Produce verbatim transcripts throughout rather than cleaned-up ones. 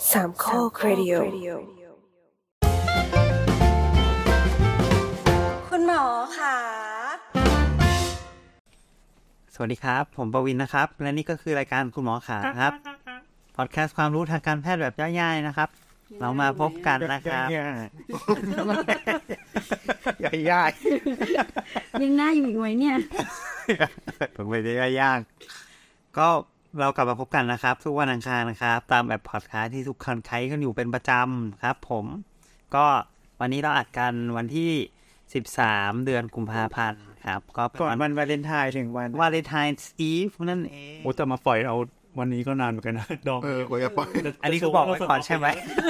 สามข้อครดิโอคุณหมอค่ะสวัสดีครับผมประวินนะครับและนี่ก็คือรายการคุณหมอขาครับพอดแคสต์ความรู้ทางการแพทย์แบบย่อยๆนะครับเรามาพบกันนะครับย่อยๆยังน่าอยู่อีกไหมเนี่ยผมไม่ได้ย่างก็เรากลับมาพบกันนะครับทุกวันอังคารนะครับตามแบบพอดแคสต์ที่ทุกคนใช้กันอยู่เป็นประจำครับผมก็วันนี้เราอัดกันวันที่สิบสามเดือนกุมภาพันธ์ครับก็ก่อนวันวาเลนไทน์ถึงวันวาเลนไทน์อีฟนั่นเองโอ้แต่มาปล่อยเอาวันนี้ก็นานเหมือนกันนะดองเออจะปล่อยอันนี้ก็บอกไว้ก่อนใช่ไหม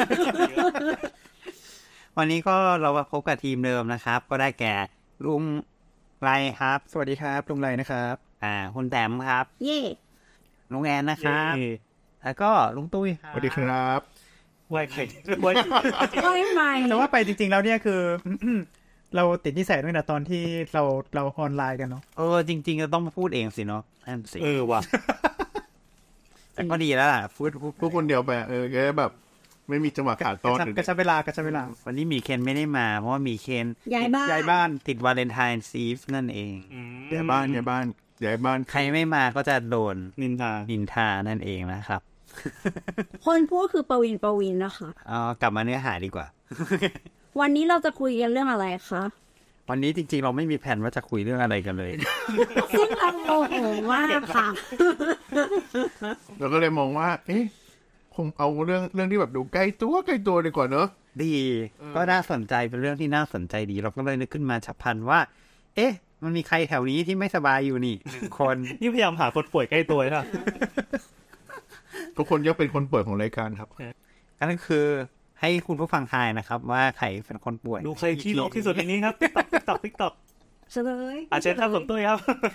วันนี้ก็เรามาพบกับทีมเดิมนะครับก็ได้แก่ลุงไรครับสวัสดีครับลุงไรนะครับอ่าคุณแต้มครับเย่ลุงแอนนะครับแล้วก็ลุงตุ้ยสวัสดีครับไหวใครไหวไหวใหม่แต่ว่าไปจริงๆแล้วเนี่ยคือเราติดนิสัยตั้งแต่ตอนที่เราเราออนไลน์กันเนาะเออจริงๆเราต้องมาพูดเองสิเนาะนั่นสิเออว่ะแต่ก็ดีแล้วล่ะพูดพูดคนเดียวไปเออแกแบบไม่มีจังหวะขาดตอนกระชับเวลากระชับเวลาวันนี้มีเคนไม่ได้มาเพราะว่ามีเคนย้ายบ้านย้ายบ้านติดวาเลนไทน์ซีฟนั่นเองย้ายบ้านย้ายบ้านย้ายบ้านใครไม่มาก็จะโดนนินทานินทานั่นเองนะครับคนพูดคือปวินปวินนะคะอ๋อกลับมาเนื้อหาดีกว่าวันนี้เราจะคุยกันเรื่องอะไรคะวันนี้จริงๆเราไม่มีแผนว่าจะคุยเรื่องอะไรกันเลยซึ่งเราโมโหมากค่ะเราก็เลยมองว่าเอ๊ะคงเอาเรื่องเรื่องที่แบบดูใกล้ตัวใกล้ตัวดีกว่าเนอะดีก็น่าสนใจเป็นเรื่องที่น่าสนใจดีเราก็เลยนึกขึ้นมาฉับพลันว่าเอ๊ะมันมีใครแถวนี้ที่ไม่สบายอยู่นี่หนึ่งคนนี่พยายามหาคนป่วยใกล้ตัวนะทุกคนยังเป็นคนป่วยของรายการครับนั่นคือให้คุณผู้ฟังทายนะครับว่าใครเป็นคนป่วยดูใครขี้ลกที่สุดในนี้ครับติ๊กต๊อกติ๊กต๊อกเฉลยอาจจะทำสมตัวครับ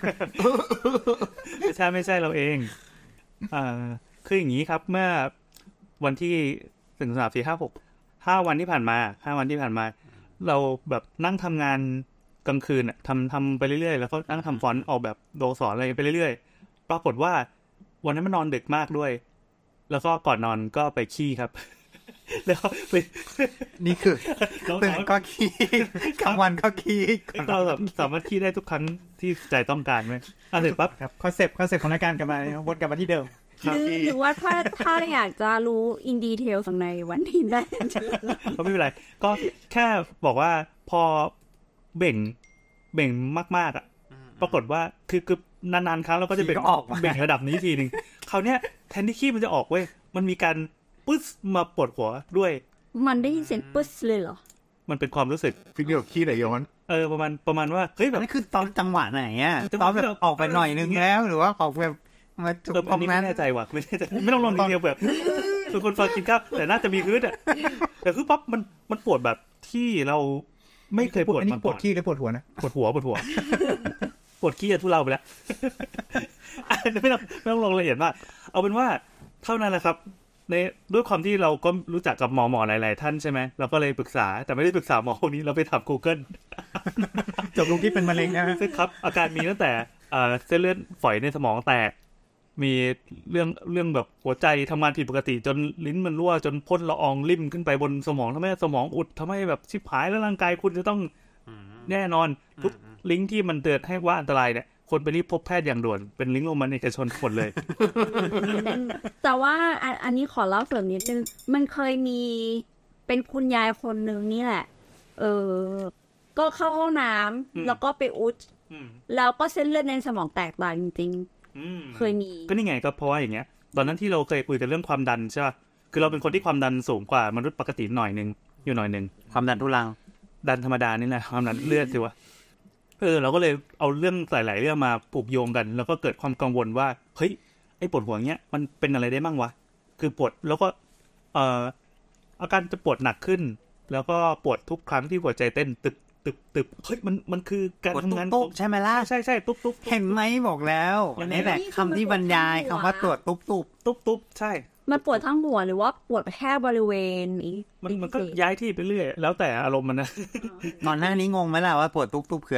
ไม่ใช่ไม่ใช่เราเองอ่าคืออย่างนี้ครับเมื่อวันที่หนึ่งสามสี่ห้าหกห้าวันที่ผ่านมาห้าวันที่ผ่านมาเราแบบนั่งทำงานกลางคืนอ่ะทำทำไปเรื่อยๆแล้วก็นั่งทำฟอนต์ออกแบบโดสอนอะไรไปเรื่อยๆปรากฏว่าวันนั้นมันนอนดึกมากด้วยแล้วก็ก่อนนอนก็ไปขี้ครับแล้วไปนี่คือตื่นก็ขี้กลางวันก็ขี้เราแบบสามารถขี้ได้ทุกครั้งที่ใจต้องการไหมอ่ะเสร็จปั๊บครับคอนเซปต์คอนเซปต์ของรายการกลับมาวนกลับมาที่เดิมหรือว่าถ้าถ้าอยากจะรู้อินดีเทลในวันนี้ได้ก็ไม่เป็นไรก็แค่บอกว่าพอเบ่งเบ่งมากๆอ่ะปรากฏว่าคือคือนานๆครั้งเราก็จะเบ่งออกเบ่งระดับนี้ทีนึงคราวเนี้ยแทนที่ขี้มันจะออกเว้ยมันมีการปึ๊สมาปวดหัวด้วยมันได้ยินเสียงปึ๊สเลยเหรอมันเป็นความรู้สึกฟิลแบบขี้ไหลย้อนเออประมาณประมาณว่าเฮ้ยแบบนี่คือตอนจังหวะไหนอ่ะตอนแบบออกไปหน่อยนึงแล้วหรือว่าออกแบบมาจุกออกไม่แน่ใจว่ะไม่แน่ใจไม่ต้องลองดีเดียวแบบคือคนฟังกินครับแต่น่าจะมีคืดอ่ะแต่คือปั๊บมันมันปวดแบบที่เราไม่เคยปวดมันปวดขี้หรือปวดหัวนะปวดหัวปวดหัวปวดขี้จะทุเลาไปแล้วไม่ต้องไม่ต้องลงละเอียดมากเอาเป็นว่าเท่านั้นแหละครับในด้วยความที่เราก็รู้จักกับหมอหมอหลายๆท่านใช่ไหมเราก็เลยปรึกษาแต่ไม่ได้ปรึกษาหมอคนนี้เราไปถาม Google จบลงที่เป็นมะเร็งนะซึ่งครับอาการมีตั้งแต่เส้นเลือดฝอยในสมองแตกมีเรื่องเรื่องแบบหัวใจทำงานผิดปกติจนลิ้นมันรั่วจนพ่นละอองลิ่มขึ้นไปบนสมองทำให้สมองอุดทำให้แบบชิบหายแล้วร่างกายคุณจะต้องแน่นอนทุกลิงก์ที่มันเตือนให้ว่าอันตรายเนี่ยคนไปรีบพบแพทย์อย่างด่วนเป็นลิงก์โรงพยาบาลเอกชนหมดเลยแต่ว่าอันนี้ขอเล่าเสริมนิดนึงมันเคยมีเป็นคุณยายคนนึงนี่แหละเออก็เข้าห้องน้ำแล้วก็ไปอุดแล้วก็เส้นเลือดในสมองแตกตายจริงๆเคยมีก็นี่ไงก็เพราะว่าอย่างเงี้ยตอนนั้นที่เราเคยคุยกันเรื่องความดันใช่ป่ะคือเราเป็นคนที่ความดันสูงกว่ามนุษย์ปกติหน่อยนึงอยู่หน่อยนึงความดันทุรังดันธรรมดานี่แหละความดันเลือดสิวะเออเราก็เลยเอาเรื่องหลายๆเรื่องมาผูกโยงกันแล้วก็เกิดความกังวลว่าเฮ้ยไอ้ปวดหัวเงี้ยมันเป็นอะไรได้บ้างวะคือปวดแล้วก็เอ่ออาการจะปวดหนักขึ้นแล้วก็ปวดทุกครั้งที่หัวใจเต้นตึกตึกตึกเฮ้ยมันมันคือการทำงานตุ๊บใช่ไหมล่ะใช่ใช่ตุ๊บตุ๊บเห็นไหมบอกแล้วนี่แหละคำที่บรรยายคำว่าตรวจตุ๊บตุ๊บตุ๊บตุ๊บใช่มันปวดทั้งหัวหรือว่าปวดแค่บริเวณนี้มันมันก็ย้ายที่ไปเรื่อยแล้วแต่อารมณ์มันนะนอนหน้านี้งงไหมล่ะว่าปวดตุ๊บตุ๊บคืออะไรเ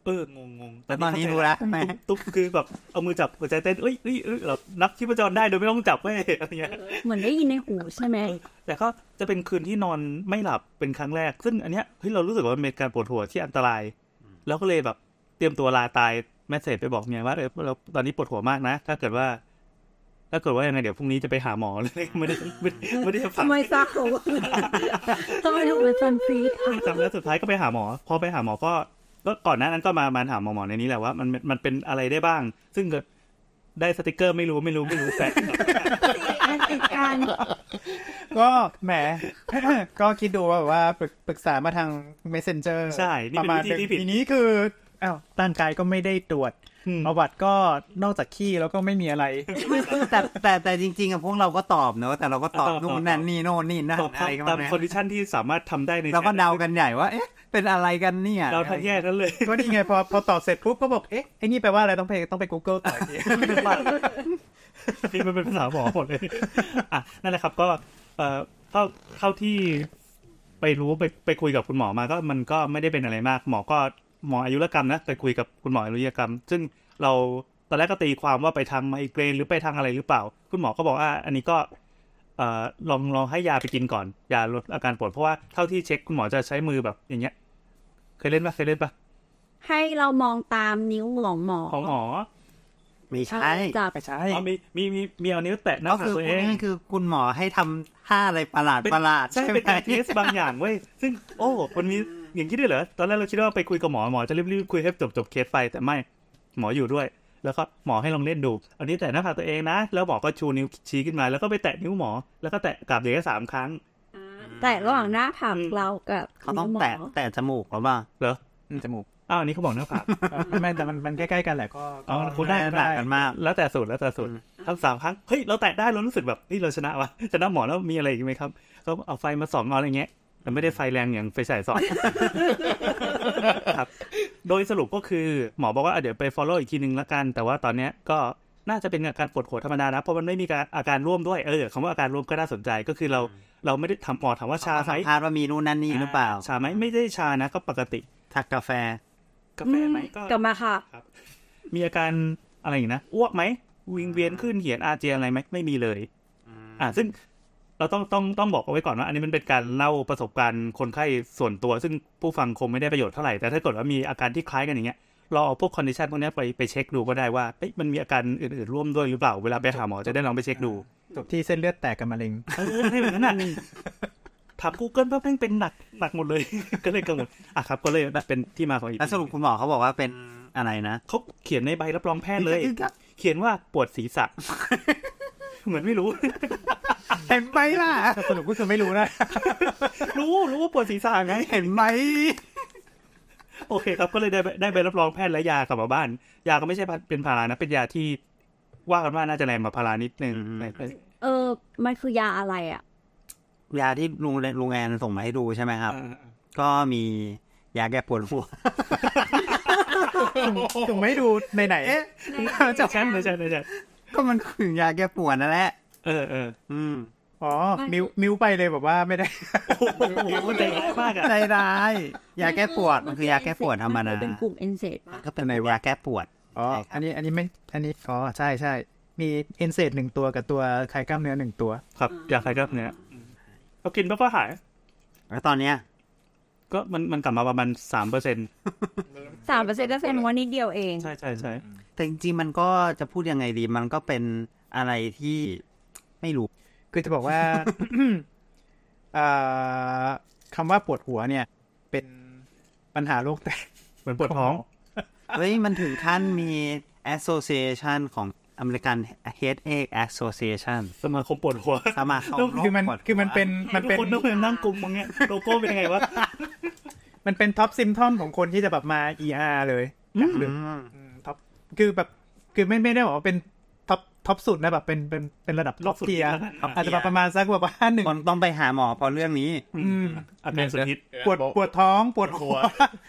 เอองงงแต่ตอนนี้รู้แล้วใช่ไหมตุ๊บคือแบบเอามือจับหัวใจเต้นเอ้ยเอ้ยเอ้ยเรานับชีพจรได้โดยไม่ต้องจับเว้ยอะไรเงี้ยเหมือนได้ยินในหูใช่ไหมแต่ก็จะเป็นคืนที่นอนไม่หลับเป็นครั้งแรกซึ่งอันเนี้ยเฮ้ยเรารู้สึกว่ามันเป็นการปวดหัวที่อันตรายแล้วก็เลยแบบเตรียมตัวลาตายแมสเสจไปบอกเมียว่าเออเราตอนนี้ปวดหัวมากนะถ้าเกิดว่าถ้าเกิดว่ายังไงเดี๋ยวพรุ่งนี้จะไปหาหมอเลยไม่ได้ไม่ไม่ได้ฝันทำไมซาโคทำไมถึงเป็นซันฟีดจำแล้วสุดท้ายก็ไปหาหมอพอไปหาหมอก็ก็ก่อนหน้านั้นก็มามาถามหมอหมอในนี้แหละว่ามันมันเป็นอะไรได้บ้างซึ่งก็ได้สติกเกอร์ไม่รู้ไม่รู้ไม่รู้แต่การก็แหม ก็คิดดูว่าแบบว่าปรึกปรึกษามาทาง Messenger ใช่นี่ประเป็นมาณวิธีที่ผิดทีนี้คืออ้าวร่างกายก็ไม่ได้ตรวจอืมประวัติก็นอกจากขี้แล้วก็ไม่มีอะไรแต่แต่แต่จริงๆอะพวกเราก็ตอบเนอะแต่เราก็ตอบนู่นนั่นนี่โน่นนี่นั่นตอบอะไรกันตามมาคอนดิชันที่สามารถทำได้ในเราก็เดากันใหญ่ว่าเอ๊ะเป็นอะไรกันเนี่ยเราทันแย่นั้นเลยก็นี่ไงพอพอตอบเสร็จปุ๊บก็บอกเอ๊ะไอ้นี่แปลว่าอะไรต้องไปต้องไป Google ต่ออีกทีนี่มันเป็นภาษาหมอหมดเลยอ่ะนั่นแหละครับก็เอ่อเท่าเท่าที่ไปรู้ไปไปคุยกับคุณหมอมาก็มันก็ไม่ได้เป็นอะไรมากหมอก็หมออายุรกรรมนะไปคุยกับคุณหมออายุรกรรม ซึ่งเราตอนแรกก็ตีความว่าไปทางไมเกรนหรือไปทางอะไรหรือเปล่าคุณหมอก็บอกว่าอันนี้ก็เอ่อลองลองให้ยาไปกินก่อนยาลดอาการปวดเพราะว่าเท่าที่เช็คคุณหมอจะใช้มือแบบอย่างเงี้ยเคยเล่นปะเคยเล่นปะให้เรามองตามนิ้วของหมอของหมอไม่ใช่จับไม่ใช่อ๋อมีมีมีมีเอานิ้วแตะหน้าก็ผากคือตัวเองนั่นคือคุณหมอให้ทำท่าอะไรประหลาดเป็นประหลาดใช่ใช่ไหมเป็นการเทสบางอย่างเว้ยซึ่งโอ้มันมีอย่างที่ด้วยเหรอตอนแรกเราคิดว่าไปคุยกับหมอหมอจะรีบๆคุยให้จบจบเคสไปแต่ไม่หมออยู่ด้วยแล้วก็หมอให้ลองเล่นดูอันนี้แตะหน้าผากตัวเองนะแล้วหมอก็ชูนิ้วชี้ขึ้นมาแล้วก็ไปแตะนิ้วหมอแล้วก็แตะกลับอย่างนี้สามครั้งแต่ระหว่างหน้าผากอืมเรากับเขาต้องนิ้วหมแตะแตะจมูกหรือเปล่าเหรออืมจมูกอ้าวอันนี้เขาบอกหน้าผากไม่แต่มันมันใกล้ๆกันแหละก็อ๋อคุณได้ต่างกันมากแล้วแต่สูตรแล้วแต่สูตรทั้งสามครั้งเฮ้ยเราแตะได้เรารู้สึกแบบเฮ้ยเราชนะวะชนะหมอแล้วมีอะไรอีกไหมครับเขาเอาไฟมาส่องเอาอะไรเงี้ยแต่ไม่ได้ไฟแรงอย่างไฟฉายส่อง ครับโดยสรุปก็คือหมอบอกว่าเดี๋ยวไป follow อีกทีนึงละกันแต่ว่าตอนเนี้ยก็น่าจะเป็นอาการปวดหัวธรรมดานะเพราะมันไม่มีการอาการร่วมด้วยเออคำว่าอาการร่วมก็น่าสนใจก็คือเราเราไม่ได้ทำหมอถามว่าชาไหมคาดว่ามีนู่นนั่นนี่หรือเปล่าชาไหมไม่ได้ชานะก็ปกติทักกาแฟกาแฟไหมก็กลับมาค่ะมีอาการอะไรอย่างนะอ้วกไหมวิงเวียนขึ้นเหียนอาเจียนอะไรไหมไม่มีเลยอ่าซึ่งเราต้องต้องต้องบอกเอาไว้ก่อนว่าอันนี้มันเป็นการเล่าประสบการณ์คนไข้ส่วนตัวซึ่งผู้ฟังคงไม่ได้ประโยชน์เท่าไหร่แต่ถ้าเกิดว่ามีอาการที่คล้ายกันอย่างเงี้ยเราเอาพวกคอนดิชันพวกนี้ไปไปเช็คดูก็ได้ว่าเอ๊ะมันมีอาการอื่นๆร่วมด้วยหรือเปล่าเวลาไปหาหมอจะได้ลองไปเช็คดูจบที่เส้นเลือดแตกกับมะเร็งเออให้แบบนั้นน่ะถาม Google ว่าแม่งเป็นหนักหนักหมดเลย ก็เลยกังวลอ่ะครับก็เลยเป็นที่มาของอีกแล้วสรุปคุณหมอเขาบอกว่าเป็นอะไรนะเขาเขียนในใบรับรองแพทย์เลย เขียนว่าปวดศีรษะ เหมือนไม่รู้เห็นไหมล่ะสรุปก็คือไม่รู้นะรู้รู้ว่าปวดศีรษะไงเห็นไหมโอเคครับก็เลยได้ได้ใบรับรองแพทย์และยากลับมาบ้าน ยาก็ไม่ใช่เป็นพารานะเป็นยาที่ว่ากันว่าน่าจะแรงกว่าพารานิดนึงเออมันคือยาอะไรอ่ะยาที่ลุงลุงแอนส่งมาให้ดูใช่ไหมครับ ก็มียาแก้ปวดหัวส่งมาให้ดูในไหนเอ๊ะจะใช่ใช่ใช่ใช่ก็มันคือยาแก้ปวดนั่นแหละเออเอออืมอ๋อมิวมิวไปเลยแบบว่าไม่ได้โอ้โหมันใจร้ายมากอะใจร้ายยาแก้ปวดมันคือยาแก้ปวดธรรมดาเป็นกลุ่มเอนเซดก็เป็นในยาแก้ปวดอ๋อใช่ครับอันนี้อันนี้ไม่อันนี้อ๋อใช่ใช่มีเอนเซดหนึ่งตัวกับตัวไขกล้ามเนื้อหนึ่งตัวครับยาคลายกล้ามเนื้อเรากินปั๊บก็หายแล้วตอนเนี้ยก็มันมันกลับมาประมาณสามเปอร์เซ็นต์สามเปอร์เซ็นต์ก็แสดงว่านิดเดียวเองใช่ใช่ใช่แต่จริงๆมันก็จะพูดยังไงดี มันก็เป็นอะไรที่ไม่รู้คือจะบอกว่า อ่าคำว่าปวดหัวเนี่ย เป็นปัญหาโรคแตกเหมือนปวดท้องเฮ้ย มันถึงขั้นมี association ของ American Headache Association สมาคมปวดหัวสมาคมคือมันโรปวดหัวคือมันเป็นมันเป็นทุกคนต้องเป็นนั่งกลุ่มอย่างเงี้ยโลโก้เป็นยังไงวะมันเป็นท็อปซิมทอมของคนที่จะแบบมา อี อาร์ เลยอย่างหนึ่งอืมอืมท็อปคือแบบคือไม่ไม่ได้บอกว่าเป็นท็อปท็อปสุดนะแบบเป็นเป็นเป็นระดับท็อปเทียร์อาจจะแบบประมาณสักแบบว่าหนึ่งคนต้องไปหาหมอเพราะเรื่องนี้อืมอาการสุดฮิตปวดปวดท้องปวดหัว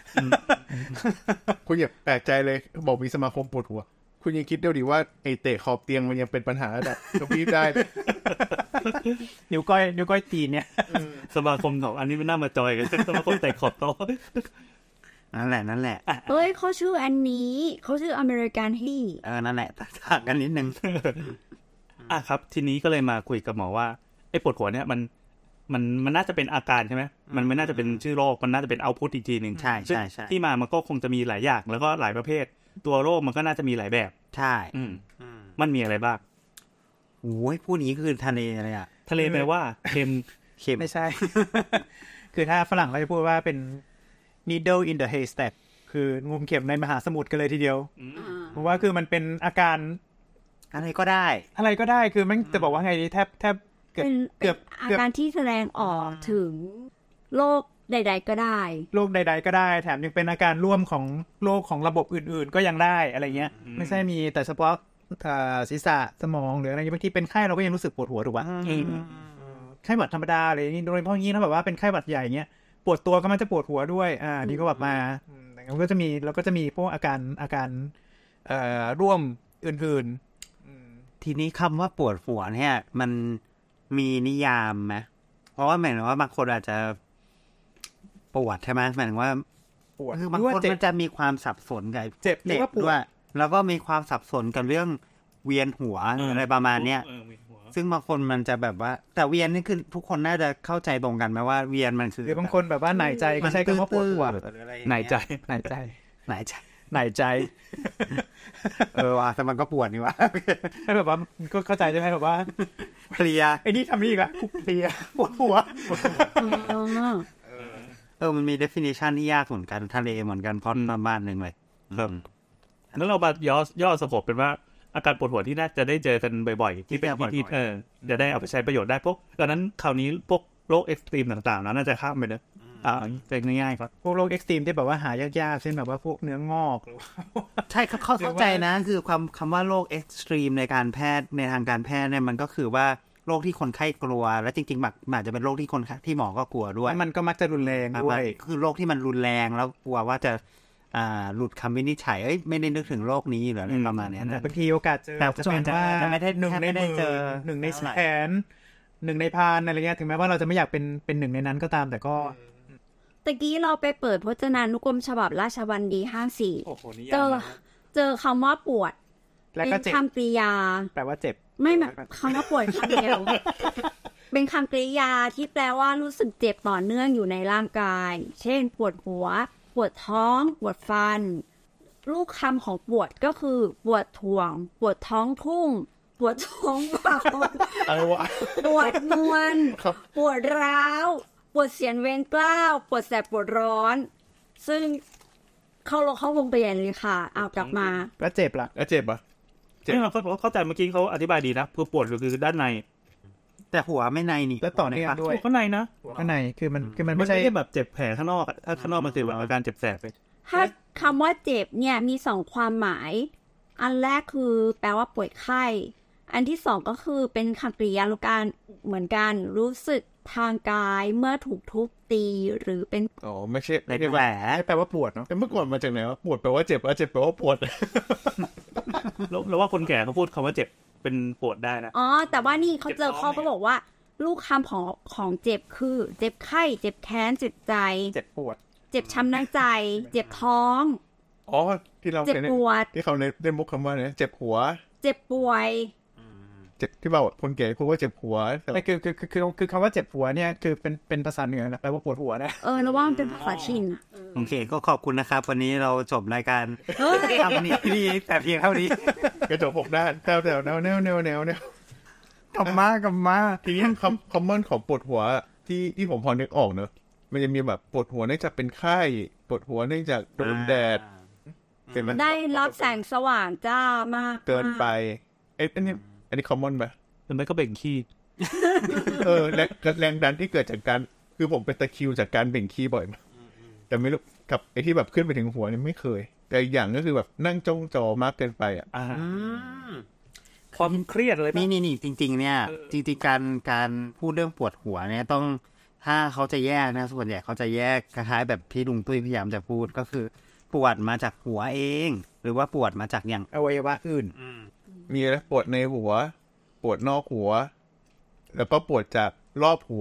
คุณอย่าแปลกใจเลยบอกมีสมาคมปวดหัว คุณยังคิดเดียวดิว่าไอเตะขอบเตียงมันยังเป็นปัญหาระดับกระพริบได้เลยนิ้วก้อยนิ้วก้อยตีนเนี่ยสมาคมของอันนี้มันน่ามาจอยกัน สมาคมแต่ขอบโต๊ะนั่นแหละนั่นแหละเฮ้ยเขาชื่ออันนี้เขาชื่ออเมริกันฮี่เออนั่นแหละต่างกันนิดนึงอ่ะครับ ทีนี้ก็เลยมาคุยกับหมอว่าไอ้ปวดหัวเนี่ยมันมันมันน่าจะเป็นอาการใช่ไหมมันไม่น่าจะเป็นชื่อโรคมันน่าจะเป็นเอาพุตอีกทีหนึ่งใช่ใช่ใช่ที่มามันก็คงจะมีหลายอย่างแล้วก็หลายประเภท ตัวโรคมันก็น่าจะมีหลายแบบใช่อืมมันมีอะไรบ้างโอ้ยพูดนี้คือทะเลเลยอ่ะทะเลแปลว่าเค็มเค็มไม่ใช่ คือถ้าฝรั่งเขาจะพูดว่าเป็น needle in the haystack คืองมเข็มในมหาสมุทรกันเลยทีเดียวเพราะว่าคือมันเป็นอาการอะไรก็ได้อะไรก็ได้คือมันจะบอกว่าไงดีแทบแทบเกือบเป็นเกือบอาเกือบการที่แสดงออกถึงโรคใด ๆ ก็ได้โรคใด ๆ ก็ได้แถมยังเป็นอาการร่วมของโรคของระบบอื่น ๆ ก็ยังได้อะไรเงี้ยไม่ใช่มีแต่เฉพาะศีรษะสมองหรืออะไรบางทีเป็นไข้เราก็ยังรู้สึกปวดหัวถูกป่ะไข้หวัดธรรมดาอะไรนี่โดยเฉพาะงี้นะแบบว่าเป็นไข้หวัดใหญ่เงี้ยปวดตัวก็มันจะปวดหัวด้วยอ่านี่ก็แบบมาแล้วก็จะมีแล้วก็จะมีพวกอาการอาการเอ่อร่วมอื่นๆทีนี้คำว่าปวดหัวเนี่ยมันมีนิยามไหมเพราะว่าหมายถึงว่าบางคนอาจจะปวดใช่ไหมหมายถึงว่าปวดคือบางคนมันจะมีความสับสนกับเจ็บหรือว่าปวดด้วยแล้วก็มีความสับสนกับเรื่องเวียนหัวเออออะไรประมาณเนี้ยเออเวียนหัวซึ่งบางคนมันจะแบบว่าแต่เวียนนี่คือทุกคนน่าจะเข้าใจตรงกันไหมว่าเวียนมันคือหรือบางคนแบบว่าหน่ายใจก็ใช้คำว่าปวดหัวหรืออะไรอย่างไหนเงี้ยใจหน่ายใจไหนใจหน่ายใจเออว่ะแต่มันก็ปวดนี่วะให้แบบว่าก็เข้าใจใช่ไหมแบบว่าเพลียไอ้นี่ทำนี่อีกละเพลียปวดหัวเออมันมี definition ที่ยากเหมือนกันทะเลเหมือนกันพอดประมาณหนึ่งเลยเริ่มแล้วเรามาย่อย่อสโคปเป็นว่าอาการปวดหัวที่น่าจะได้เจอกันบ่อยๆที่เป็นที่บ่อยๆที่เออจะได้เอาไปใช้ประโยชน์ได้พวกตอนนั้นคราวนี้พวกโรคเอ็กซ์ตรีมต่างๆนั้นน่าจะข้ามไปเนอะอ่าเป็นง่ายๆครับพวกโรคเอ็กซ์ตรีมที่แบบว่าหายากๆเช่นแบบว่าพวกเนื้องอกหรือว่าใช่เขาเข้าใจนะคือความคำว่าโรคเอ็กซ์ตรีมในการแพทย์ในทางการแพทย์เนี่ยมันก็คือว่าโรคที่คนไข้กลัวและจริงๆแบบอาจจะเป็นโรคที่คนไข้ที่หมอก็กลัวด้วยมันก็มักจะรุนแรงด้วยคือโรคที่มันรุนแรงแล้วกลัวว่าจะอ่าหลุดคำวินิจฉัยเอ้ยไม่ได้นึกถึงโรคนี้หรืออะไรประมาณเนี้ยแต่บางทีโอกาสเจอแต่จะเป็นว่าจะไม่ได้หนึ่งในไม่ได้มือเจอหนึ่งในแขนหนึ่งในพานอะไรเงี้ยถึงแม้ว่าเราจะไม่อยากเป็นเป็นหนึ่งในนั้นก็ตามแต่ก็ตะกี้เราไปเปิดพจนานุกรมฉบับราชบัณฑีห้าสี่โอ้โหนี่เจอเจอคำว่าปวดแล้วเป็ก็นเจ็บคำกริยาแปลว่าเจ็บไม่แบบคำว่าปวดคำเดียว เป็นคำกริยาที่แปลว่ารู้สึกเจ็บต่อเนื่องอยู่ในร่างกาย เช่น ปวดหัว ปวดท้อง ปวดฟัน ลูกคำของปวดก็คือ ปวดถ่วง ปวดท้องทุ่ง ปวดท้องเบาอะไรวะปวดนวลครับปวดร้าว ปวดเสียนเวรกล้าว ปวดแสบปวดร้อน ซึ่งเข้าเข้าวงเปลี่ยนเลยค่ะ เอากลับมาแล้วเจ็บล่ะแล้วเจ็บปะ เจ็บเนี่ยเขาเข้าใจเมื่อกี้เขาอธิบายดีนะคือปวดคือด้านในแต่หัวไม่ในนี่แล้วต่อเนื่องด้วยข้างในนะข้างในคือมันคือมันไม่ไม่ใช่ใช่แบบเจ็บแผลข้างนอกอะถ้าข้างนอกมันคือแบบอาการเจ็บแสบเลยถ้าคำว่าเจ็บเนี่ยมีสองความหมาย อันแรกคือแปลว่าป่วยไข้ อันที่สองก็คือเป็นคำกริยาลูการเหมือนกันรู้สึกทางกายเมื่อถูกทุบตีหรือเป็นอ๋อไม่ใช่ในไม่แผลแปลว่าปวดเนาะแต่เมื่อก่อนมาจากไหนวะปวดแปลว่าเจ็บแล้วเจ็บแปลว่าปวดแล้วแล้วว่าคนแก่เขาพูดคำว่าเจ็บเป็นปวดได้นะอ๋อแต่ว่านี่เขาเจอเจ็บท้ข้ออง เขาบอกว่า ลูกคำของของเจ็บคือ เจ็บไข้ เจ็บแค้นเจ็บใจเจ็บปวดเจ็บช้ำน้ำใจ เจ็บท้องอ๋อที่เราเจ็บเคยปวดที่เขาในได้มุกคำว่าเนี่ยเจ็บหัวเจ็บป่วยเจ็บที่บอกคนแก่พูดว่าเจ็บหัวแต่ไม่คือคือคือคือคือคำว่าเจ็บหัวเนี่ยคือเป็นเป็นภาษาเหนือนะแปลว่าปวดหัวนะเออแล้วว่ามันเป็นภาษาชินโอเคก็ขอบคุณนะครับ วันนี้เราจบรายการเฮ้ยทำนี้นี่แต่เพียงเท่านี้กระจกหกด้านแนวแนวแนวแนวแนวแนวแนวกลับมากลับมาทีนี้คำคอมมอนของปวดหัวที่ที่ผมพอนึกออกเนอะมันจะมีแบบปวดหัวเนื่องจากเป็นไข้ปวดหัวเนื่องจากโดนแดดเห็นไหมได้รับแสงสว่างจ้ามากเกินไปเอ้ยอันนี้อันนี้คอมมอนปะจนไม่ก็เบ่งขี้เออแรงแรงดันที่เกิดจากการคือผมเป็นตะคริวจากการเบ่งขี้บ่อยมากแต่ไม่รู้กับไอ้ที่แบบขึ้นไปถึงหัวเนี่ยไม่เคย แต่อีกอย่างก็คือแบบนั่งจ้องจอมากเกินไปอ่ะอ่าอืมความเครียดอะไรนี่นี่นี่จริง ๆ เนี่ย จริงๆการการพูดเรื่องปวดหัวเนี่ยต้องถ้าเขาจะแยกนะส่วนใหญ่เขาจะแยกคล้ายๆแบบที่ลุงตุ้ยพยายามจะพูดก็คือ ปวดมาจากหัวเอง หรือว่าปวดมาจากอย่างอวัยวะอื่นมีอะไรปวดในหัว ปวดนอกหัว แล้วก็ปวดจากรอบหัว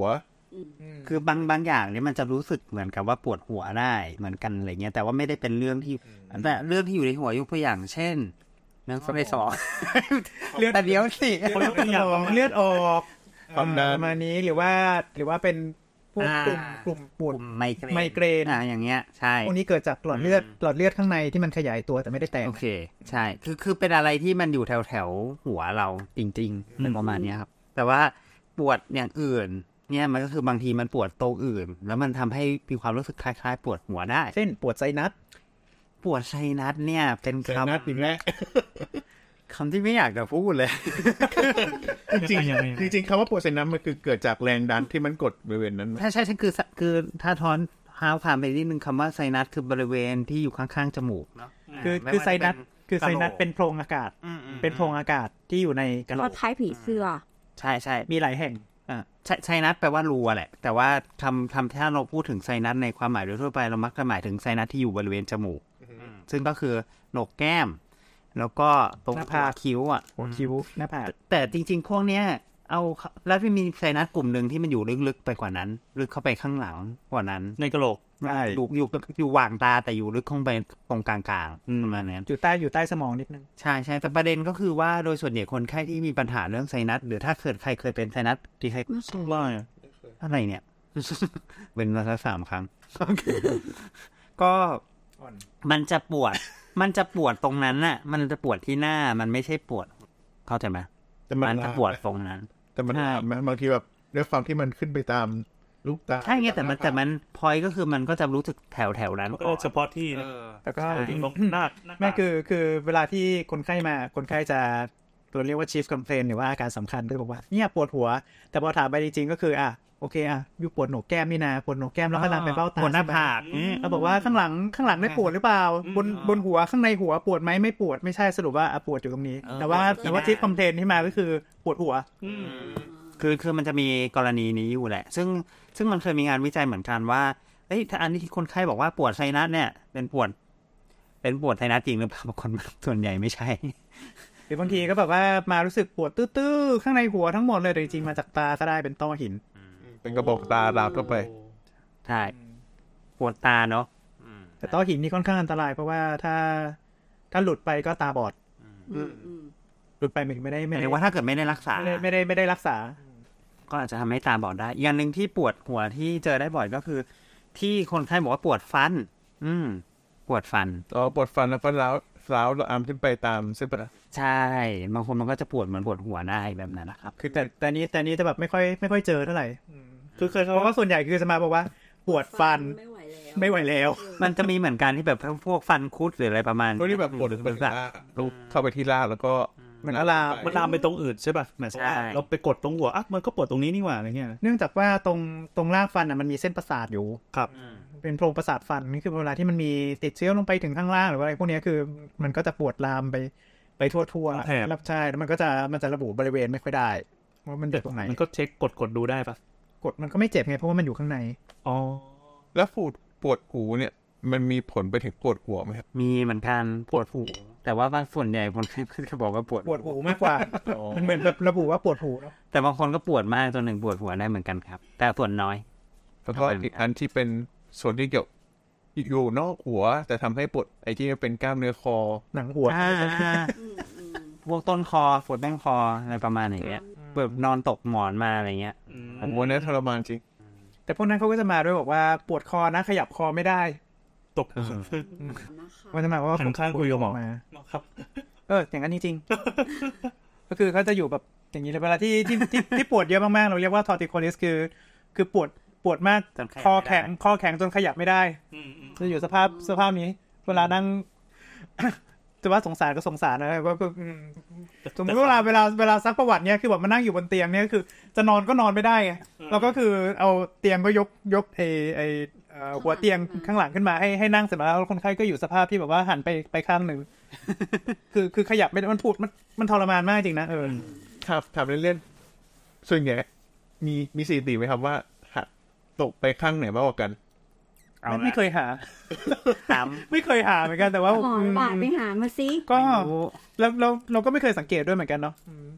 คือบางบางอย่างเนี่ยมันจะรู้สึกเหมือนกับว่าปวดหัวได้เหมือนกันอะไรเงี้ยแต่ว่าไม่ได้เป็นเรื่องที่แต่เรื่องที่อยู่ในหัวยกตัวอย่างเช่นเรื่องในสมองเลือดแต่เดียวสิเลือดออกเลือดออกความดันประมาณนี้หรือว่าหรือว่าเป็นพวกกลุ่มกลุ่มปวดไมเกรนไมเกรนอ่าอย่างเงี้ยใช่พวกนี้เกิดจากหลอดเลือดหลอดเลือดข้างในที่มันขยายตัวแต่ไม่ได้แตกโอเคใช่คือคือเป็นอะไรที่มันอยู่แถวแถวหัวเราจริงๆเป็นประมาณเนี้ยครับแต่ว่าปวดอย่างอื่นเนี่ยมันก็คือบางทีมันปวดตรงอื่นแล้วมันทำให้มีความรู้สึกคล้ายๆปวดหัวได้เช่นปวดไซนัสปวดไซนัสเนี่ยเป็นไซคำนัสอีกแล้วคำที่ไม่อยากจะพูดเลยจริงยังไงๆจริงๆคำว่าปวดไซนัสมันคือเกิดจากแรงดันที่มันกดบริเวณนั้นใช่ใช่ใช่คือคือถ้าทอนเท้าผ่านไปนิดนึงคำว่าไซนัสคือบริเวณที่อยู่ข้างๆจมูกเนาะคือคือไซนัสคือไซนัสเป็นโพรงอากาศเป็นโพรงอากาศที่อยู่ในกระโหลก็กคล้ายผีเสื้อใช่ใช่มีหลายแห่งอ่าใช่ไซนัสแปลว่ารูแหละแต่ว่าคำคำถ้าเราพูดถึงไซนัสในความหมายโดยทั่วไปเรามักจะหมายถึงไซนัสที่อยู่บริเวณจมูกซึ่งก็คือโหนกแก้มแล้วก็ตรงหัวคิ้วอ่ะหัวคิ้วหน้าผากแต่จริงๆพวกเนี้ยเอาแล้วมีไซนัสกลุ่มหนึ่งที่มันอยู่ลึกๆไปกว่านั้นลึกเข้าไปข้างหลังกว่านั้นในกระโหลกใช่อยู่อยู่อยู่หว่างตาแต่อยู่ลึกเข้าไปตรงกลางๆประมาณนั้นอยู่ใต้อยู่ใต้สมองนิดนึงใช่ใช่แต่ประเด็นก็คือว่าโดยส่วนใหญ่คนไข้ที่มีปัญหาเรื่องไซนัสหรือถ้าเกิดใครเคยเป็นไซนัสที่ใครไม่ใช่ว่าอะไรเนี่ย เป็นมาแล้วสามครั้ง ก็มันจะปวด มันจะปวดตรงนั้นน่ะ มันจะปวดที่หน้ามันไม่ใช่ปวดเข้าใจไหมแต่มันมันจะปวดตรงนั้นแต่มันใช่บางทีแบบด้วยความที่มันขึ้นไปตามลูกตาใช่ไงแต่มันแต่มันพอยก็คือมันก็จะรู้สึกแถวแถวๆนั้นก็เฉพาะที่นะแล้วก็ใช่ตรงหน้าแม่คือคือเวลาที่คนไข้มาคนไข้จะตัวเรียกว่า chief complaint หรือว่าอาการสำคัญก็บอกว่าเนี่ยปวดหัว แต่พอถามไปจริงๆก็คืออ่ะโอเคอ่ะอยู่ปวดโหนกแก้มนี่นะปวดโหนกแก้มแล้วก็ลามไปเบ้าตาปวดหน้าผากเราบอกว่าข้างหลังข้างหลังได้ปวดหรือเปล่าบนบนหัวข้างในหัวปวดไหมไม่ปวดไม่ใช่สรุปว่าอ่ะปวดอยู่ตรงนี้ แต่ว่าแต่ว่า chief complaint ที่มาก็คือปวดหัวคือคือมันจะมีกรณีนี้อยู่แหละ ซึ่งซึ่งมันเคยมีงานวิจัยเหมือนกันว่าเอ้ยถ้าอันนี้ที่คนไข้บอกว่าปวดไซนัสเนี่ยเป็นปวดเป็นปวดไซนัสจริงหรือเปล่าบางคนส่วนใหญ่ไม่ใช่หรือบางทีก็แบบว่ามารู้สึกปวดตื้อๆข้างในหัวทั้งหมดเลยแต่จริงๆมาจากตาก็ได้เป็นต้อหินเป็นกระบอกตาลามเข้าไปใช่ปวดตาเนาะแต่ต้อหินนี่ค่อนข้างอันตรายเพราะว่าถ้าถ้าหลุดไปก็ตาบอดหลุดไปไม่ไม่ได้หไม่มายได้ถึงว่าถ้าเกิดไม่ได้รักษาไม่ได้ไม่ได้ไม่ได้รักษาก็อาจจะทำให้ตาบอดได้อีกอย่างหนึ่งที่ปวดหัวที่เจอได้บ่อยก็คือ ที่คนไข้บอกว่าปวดฟัน อืมปวดฟันอ๋อปวดฟันแล้วก็ร้าวร้าวอามขึ้นไปตามเส้นประสาทใช่บางคนมันก็จะปวดเหมือนปวดหัวได้แบบนั้นนะครับคือแต่แต่นี้แต่นี้จะแบบไม่ค่อยไม่ค่อยเจอเท่าไหร่คือเคยเพเขาราะว่าส่วนใหญ่คือจะมาบอกว่าปวดฟันไม่ไหวแล้วไม่ไหวแล้วมันจะมีเหมือนกันที่แบบพวกฟันคุดหรืออะไรประมาณพวกนี้แบบปวดหรือเป็นแบบรากลุกเข้าไปที่รากแล้วก็เหมือนอารามมันลามไปตรงอื่นใช่ป่ะหมายถึงว่าเราไปกดตรงหัวอ่ะมันก็ปวดตรงนี้นี่หว่าอะไรเงี้ยเนื่องจากว่าตรงตรงรากฟันอ่ะมันมีเส้นประสาทอยู่ครับเป็นโพรงประสาทฟันนี่คือเวลาที่มันมีติดเชื้อลงไปถึงข้างล่างหรือว่าอะไรพวกนี้คือมันก็จะปวดลามไปไปทั่วทั่วแถบรับใช่แล้วมันก็จะมันจะระบุบริเวณไม่ค่อยได้ว่ามันอยู่ตรงไหนมันก็เช็คกดกดดูได้ป่ะกดมันก็ไม่เจ็บไงเพราะว่ามันอยู่ข้างในอ๋อแล้วปวดปวดหูเนี่ย มันมีผลไปถึงปวดหัวไหมครับมีเหมือนกันปวดหูแต่ว่าส่วนใหญ่คนไข้จะบอกว่าปวดปวดหูมากกว่า มันเหมือนแบบระบุว่าปวดหูเนาะแต่บางคนก็ปวดมากจนหนึ่งปวดหัวได้เหมือนกันครับ แต่ส่วนน้อยแล้วก็อีกอันที่เป็นส่วนที่เกี่ยวอยู่นอกหัว แต่ทำให้ปวดไอ้ที่เป็นกล้ามเนื้อคอหนังหัวอ่าพวกต้นคอปวดแป้งคออะไรประมาณอย่างเงี้ยแบบนอนตกหมอนมาอะไรเงี้ยผมว่าเนี่ยทรมานจริงแต่พวกนั้นเขาก็จะมาด้วยบอกว่าปวดคอนะขยับคอไม่ได้ตกมันจะมาว่าหันข้างคุยกับหมอมาครับเอออย่างนั้นจริงๆ ก็คือเขาจะอยู่แบบอย่างนี้เลยเวลาที่ที่ที่ที่ปวดเยอะมากๆเราเรียกว่าทอร์ติโคลิสคือ คือปวดปวดมากจนขยับคอแข็งคอแข็งจนขยับไม่ได้จะอยู่สภาพสภาพนี้ เวลานั่ง จะว่าสงสารก็สงสารนะก็ก็อืมสมมติเวลาเวลาเวลาซักประวัติเนี่ยคือแบบมานั่งอยู่บนเตียงเนี่ยคือ จะนอนก็นอนไม่ได้ไงเราก็คือเอาเตียงก็ยกยกไอไอเอ่อหัวเตียงข้างหลังขึ้นมาให้ให้นั่งเสร็จแล้วคนไข้ก็อยู่สภาพที่แบบว่าหันไปไปข้างหนึ่ง คือคือขยับไม่ได้มันปวดมันมันทรมานมากจริงนะเออครับถามเล่นๆส่วนใหญ่มีมีสถิติไหมครับว่าหักตกไปข้างไหนมากกว่ากันไม่ไม่เคยหาถามไม่เคยหาเหมือนกันแต่ว่าหมออืมบาดไปหามาสิก็แล้วเราเราก็ไม่เคยสังเกตด้วยเหมือนกันเนาะ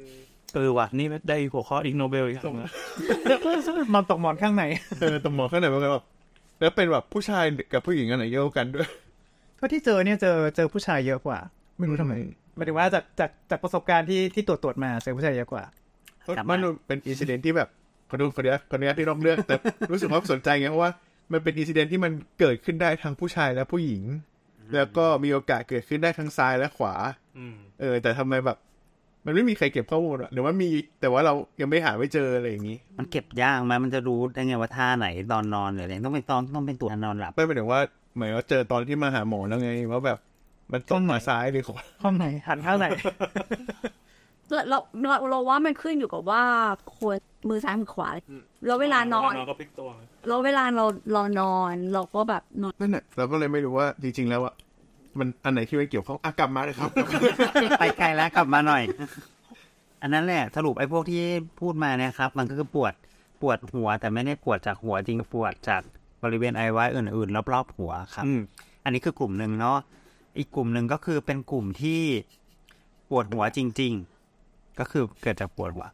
เออว่ะนี่ได้หัวข้ออีกโนเบลอีกแล้วนอนตกหมอนข้างในเออตรงหมอข้างไหนมันก็แบบแล้วเป็นแบบผู้ชายกับผู้หญิงอันไหนเยอะกันด้วยเท่าที่เจอเนี่ยเจอเจอผู้ชายเยอะกว่า ไม่รู้ทำไมหมายถึงว่าจากจากจากประสบการณ์ที่ที่ตรวจตรวจมาเจอผู้ชายเยอะกว่ามันเป็นอินซิเดนต์ที่แบบขอดูขออนุญาตขออนุญาตที่นอกเรื่องแต่รู้สึกว่าสนใจไงเพราะว่ามันเป็นอินซิเดนต์ที่มันเกิดขึ้นได้ทั้งผู้ชายและผู้หญิงแล้วก็มีโอกาสเกิดขึ้นได้ทั้งซ้ายและขวาเออแต่ทำไมแบบมันไม่มีใครเก็บข้อมูลหรือว่ามีแต่ว่าเรายังไม่หาไม่เจออะไรอย่างนี้มันเก็บยากไหมมันจะรู้ได้ไงว่าท่าไหนตอนนอนหรืออะไรต้องเป็นตอนต้องเป็นตัวนอนหลับไม่หมายถึงว่าหมายว่าเจอตอนที่มาหาหมอแล้วไงว่าแบบมันต้องมาซ้ายหรือขวาห้องไหนหันข้างไหนเราเราเราว่ามันขึ้นอยู่กับว่าควรมือซ้ายมือขวาแล้วเวลานอนก็พลิกตัวแล้วเวลาเราเรานอนเราก็แบบนอนนั่นแหละเราก็เลยไม่รู้ว่าจริงๆแล้วอะมันอันไหนที่ไม่เกี่ยวข้องอ่ะกลับมาเลยครับไปไกลแล้วกลับมาหน่อย อันนั้นแหละสรุปไอ้พวกที่พูดมาเนี่ยครับมันก็คือปวดปวดหัวแต่ไม่ได้ปวดจากหัวจริงปวดจากบริเวณไอวัยอื่นๆรอบๆหัวครับอันนี้คือกลุ่มหนึ่งเนาะอีกกลุ่มหนึ่งก็คือเป็นกลุ่มที่ปวดหัวจริงๆก็คือเกิดจากปวดหัว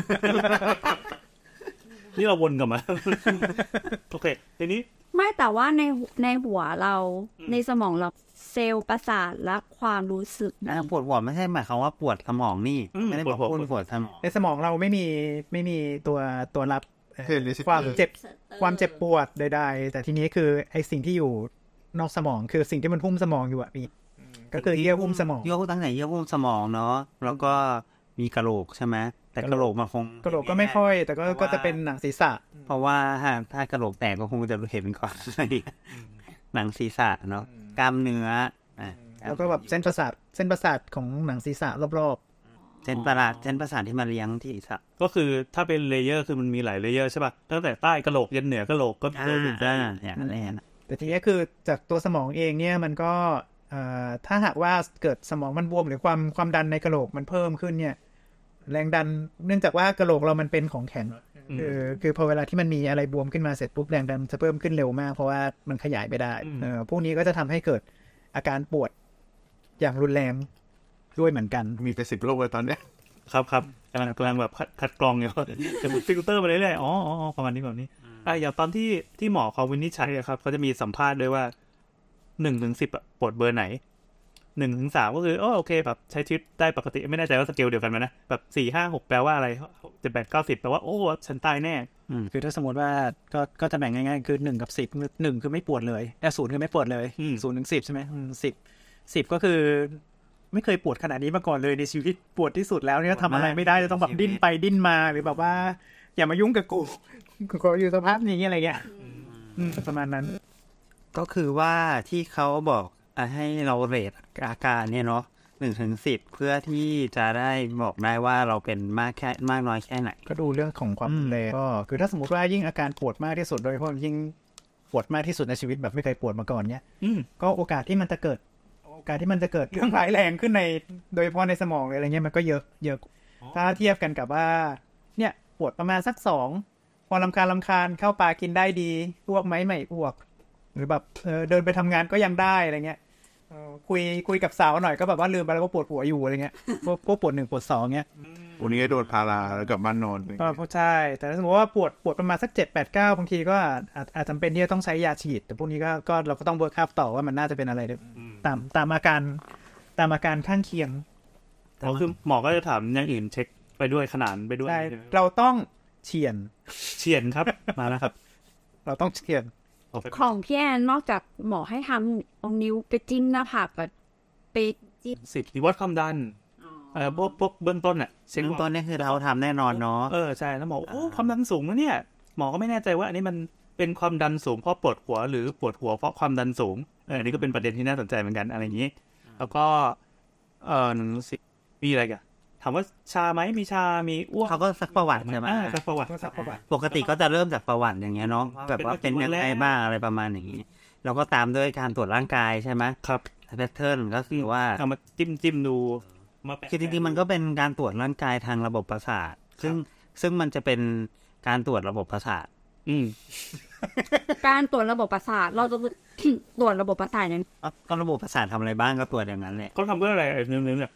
นี่เราวนกลับมาโอเคทีนี้ไม่แต่ว่าในในหัวเราในสมองเราเซลล์ประสาทและความรู้สึกปวดหัวไม่ใช่หมายความว่าปวดสมองนี่ไม่ได้บอกปวดปวดสมองในสมองเราไม่มีไม่มีตัวตัวรับความเจ็บความเจ็บปวดใดๆแต่ทีนี้คือไอสิ่งที่อยู่นอกสมองคือสิ่งที่มันหุ้มสมองอยู่อะนี่ก็คือเยื่อหุ้มสมองเยื่อหุ้มตั้งแต่เยื่อหุ้มสมองเนาะแล้วก็มีกระโหลกใช่ไหมแต่กระโหลกมันคงกระโหลกก็ไม่ค่อยแต่ก็ก็จะเป็นหนังศีรษะเพราะว่าถ้าถ้ากระโหลกแตกก็คงจะเห็นก่อนหนังศีรษะเนาะกล้ามเนื้อแล้วก็แบบเส้นประสาทเส้นประสาทของหนังศีรษะรอบๆเส้นประสาทเส้นประสาทที่มาเลี้ยงที่ศีรษะก็คือถ้าเป็นเลเยอร์คือมันมีหลายเลเยอร์ใช่ป่ะตั้งแต่ใต้กระโหลกยันเหนือกระโหลกก็ได้อย่างนั้นแหละแต่ทีนี้คือจากตัวสมองเองเนี่ยมันก็ถ้าหากว่าเกิดสมองมันบวมหรือความความดันในกระโหลกมันเพิ่มขึ้นเนี่ยแรงดันเนื่องจากว่ากระโหลกเรามันเป็นของแข็งคือคือพอเวลาที่มันมีอะไรบวมขึ้นมาเสร็จปุ๊บแรงดันจะเพิ่มขึ้นเร็วมากเพราะว่ามันขยายไปได้เออพวกนี้ก็จะทำให้เกิดอาการปวดอย่างรุนแรงด้วยเหมือนกันมีไปสิบโรคเลยตอนเนี้ยครับครับกำลังกำลังแบบคัดกรองอยู่จะฟิลเตอร์ไปเรื่อยๆอ๋ออ๋อประมาณนี้แบบนี้อ่ะอย่างตอนที่ที่หมอเขาวินิจฉัยอะครับเขาจะมีสัมภาษณ์ด้วยว่าหนึ่งถึงสิบปวดเบอร์ไหนหนึ่งถึงสามก็คือโอเคแบบใช้ชีวิตได้ปกติไม่แน่ใจว่าสเกลเดียวกันไหมนะแบบสี่ห้าหกแปลว่าอะไรเจ็ดแปดเก้าสิบแปลว่าโอ้ฉันตายแน่อืมคือถ้าสมมติว่าก็ก็จะแบ่งง่ายๆคือหนึ่งกับสิบหนึ่งคือไม่ปวดเลยแต่ศูนย์คือไม่ปวดเลยศูนย์ถึงสิบใช่ไหมสิบสิบก็คือไม่เคยปวดขนาดนี้มาก่อนเลยในชีวิตปวดที่สุดแล้วเนี่ยทำอะไรไม่ได้จะต้องแบบดิ้นไปดิ้นมาหรือแบบว่าอย่ามายุ่งกับกูกูอยู่สภาพนี้อะไรเงี้ยประมาณนั้นก็คือว่าที่เขาบอกให้เราเรทอาการเนี่ยเนาะหนึ่งถึงสิบเพื่อที่จะได้บอกได้ว่าเราเป็นมากแค่มากน้อยแค่ไหนก็ดูเรื่องของความแรงก็คือถ้าสมมติว่ายิ่งอาการปวดมากที่สุดโดยเฉพาะยิ่งปวดมากที่สุดในชีวิตแบบไม่เคยปวดมาก่อนเนี่ยก็โอกาสที่มันจะเกิดโอกาสที่มันจะเกิดเรื่องร้ายแรงขึ้นในโดยเฉพาะในสมองอะไรเงี้ยมันก็เยอะเยอะถ้าเทียบกันกับว่าเนี่ยปวดประมาณสักสองพอลำคาญลำคาญเข้าปลากินได้ดีอ้วกไหมไม่อ้วกหรือแบบเออเดินไปทำงานก็ยังได้อะไรเงี้ยคุยคุยกับสาวหน่อยก็แบบว่าลืมไปแล้วก็ปวดหัวอยู่อะไรเงี้ยพวกพวกปวดหนึ่งปวดสองเงี้ยวันนี้โดนพาราแล้วกลับบ้านนอนก็ใช่แต่ถ้าสมมติว่าปวดปวดประมาณสักเจ็ดแปดเก้าบางทีก็อาจอาจจำเป็นที่จะต้องใช้ยาฉีดแต่พวกนี้ก็ก็เราก็ต้องเวิร์คอัพต่อว่ามันน่าจะเป็นอะไรตามตามอาการตามอาการข้างเคียงอ๋อคือหมอก็จะถามอย่างอื่นเช็คไปด้วยขนานไปด้วยเราต้องเฉียนเฉียนครับมาแล้วครับเราต้องเฉียนของพี่แอนนอกจากหมอให้ทำเอานิ้วไปจิ้มหน้าผากแบบไปจิ้มสิบวัดความดันเออพวกพวกเบื้องต้นอ่ะเบื้องต้นนี่คือเราทำแน่นอนเนาะเออใช่แล้วหมอโอ้ความดันสูงนะเนี่ยหมอก็ไม่แน่ใจว่าอันนี้มันเป็นความดันสูงเพราะปวดหัวหรือปวดหัวเพราะความดันสูงเอออันนี้ก็เป็นประเด็นที่น่าสนใจเหมือนกันอะไรอย่างนี้แล้วก็เออหนึ่งสิมีอะไรกันถามว่าชาไหมมีชามีอ้วกเขาก็ซักประวัติใช่ไหมซักประวัติซักประวัติปกติก็จะเริ่มจากประวัติอย่างเงี้ยเนาะแบบว่าเป็นยังไงบ้างอะไรประมาณอย่างนี้เราก็ตามด้วยการตรวจร่างกายใช่ไหมครับแพทเทิร์นก็คือว่าเอามาจิ้มจิ้มดูคือจริงๆมันก็เป็นการตรวจร่างกายทางระบบประสาทซึ่งซึ่งมันจะเป็นการตรวจระบบประสาทอืมการตรวจระบบประสาทเราจะตรวจระบบประสาทอย่างก็ระบบประสาททำอะไรบ้างก็ตรวจอย่างนั้นแหละเขาทำเพื่ออะไรเนื้อๆเนี่ยท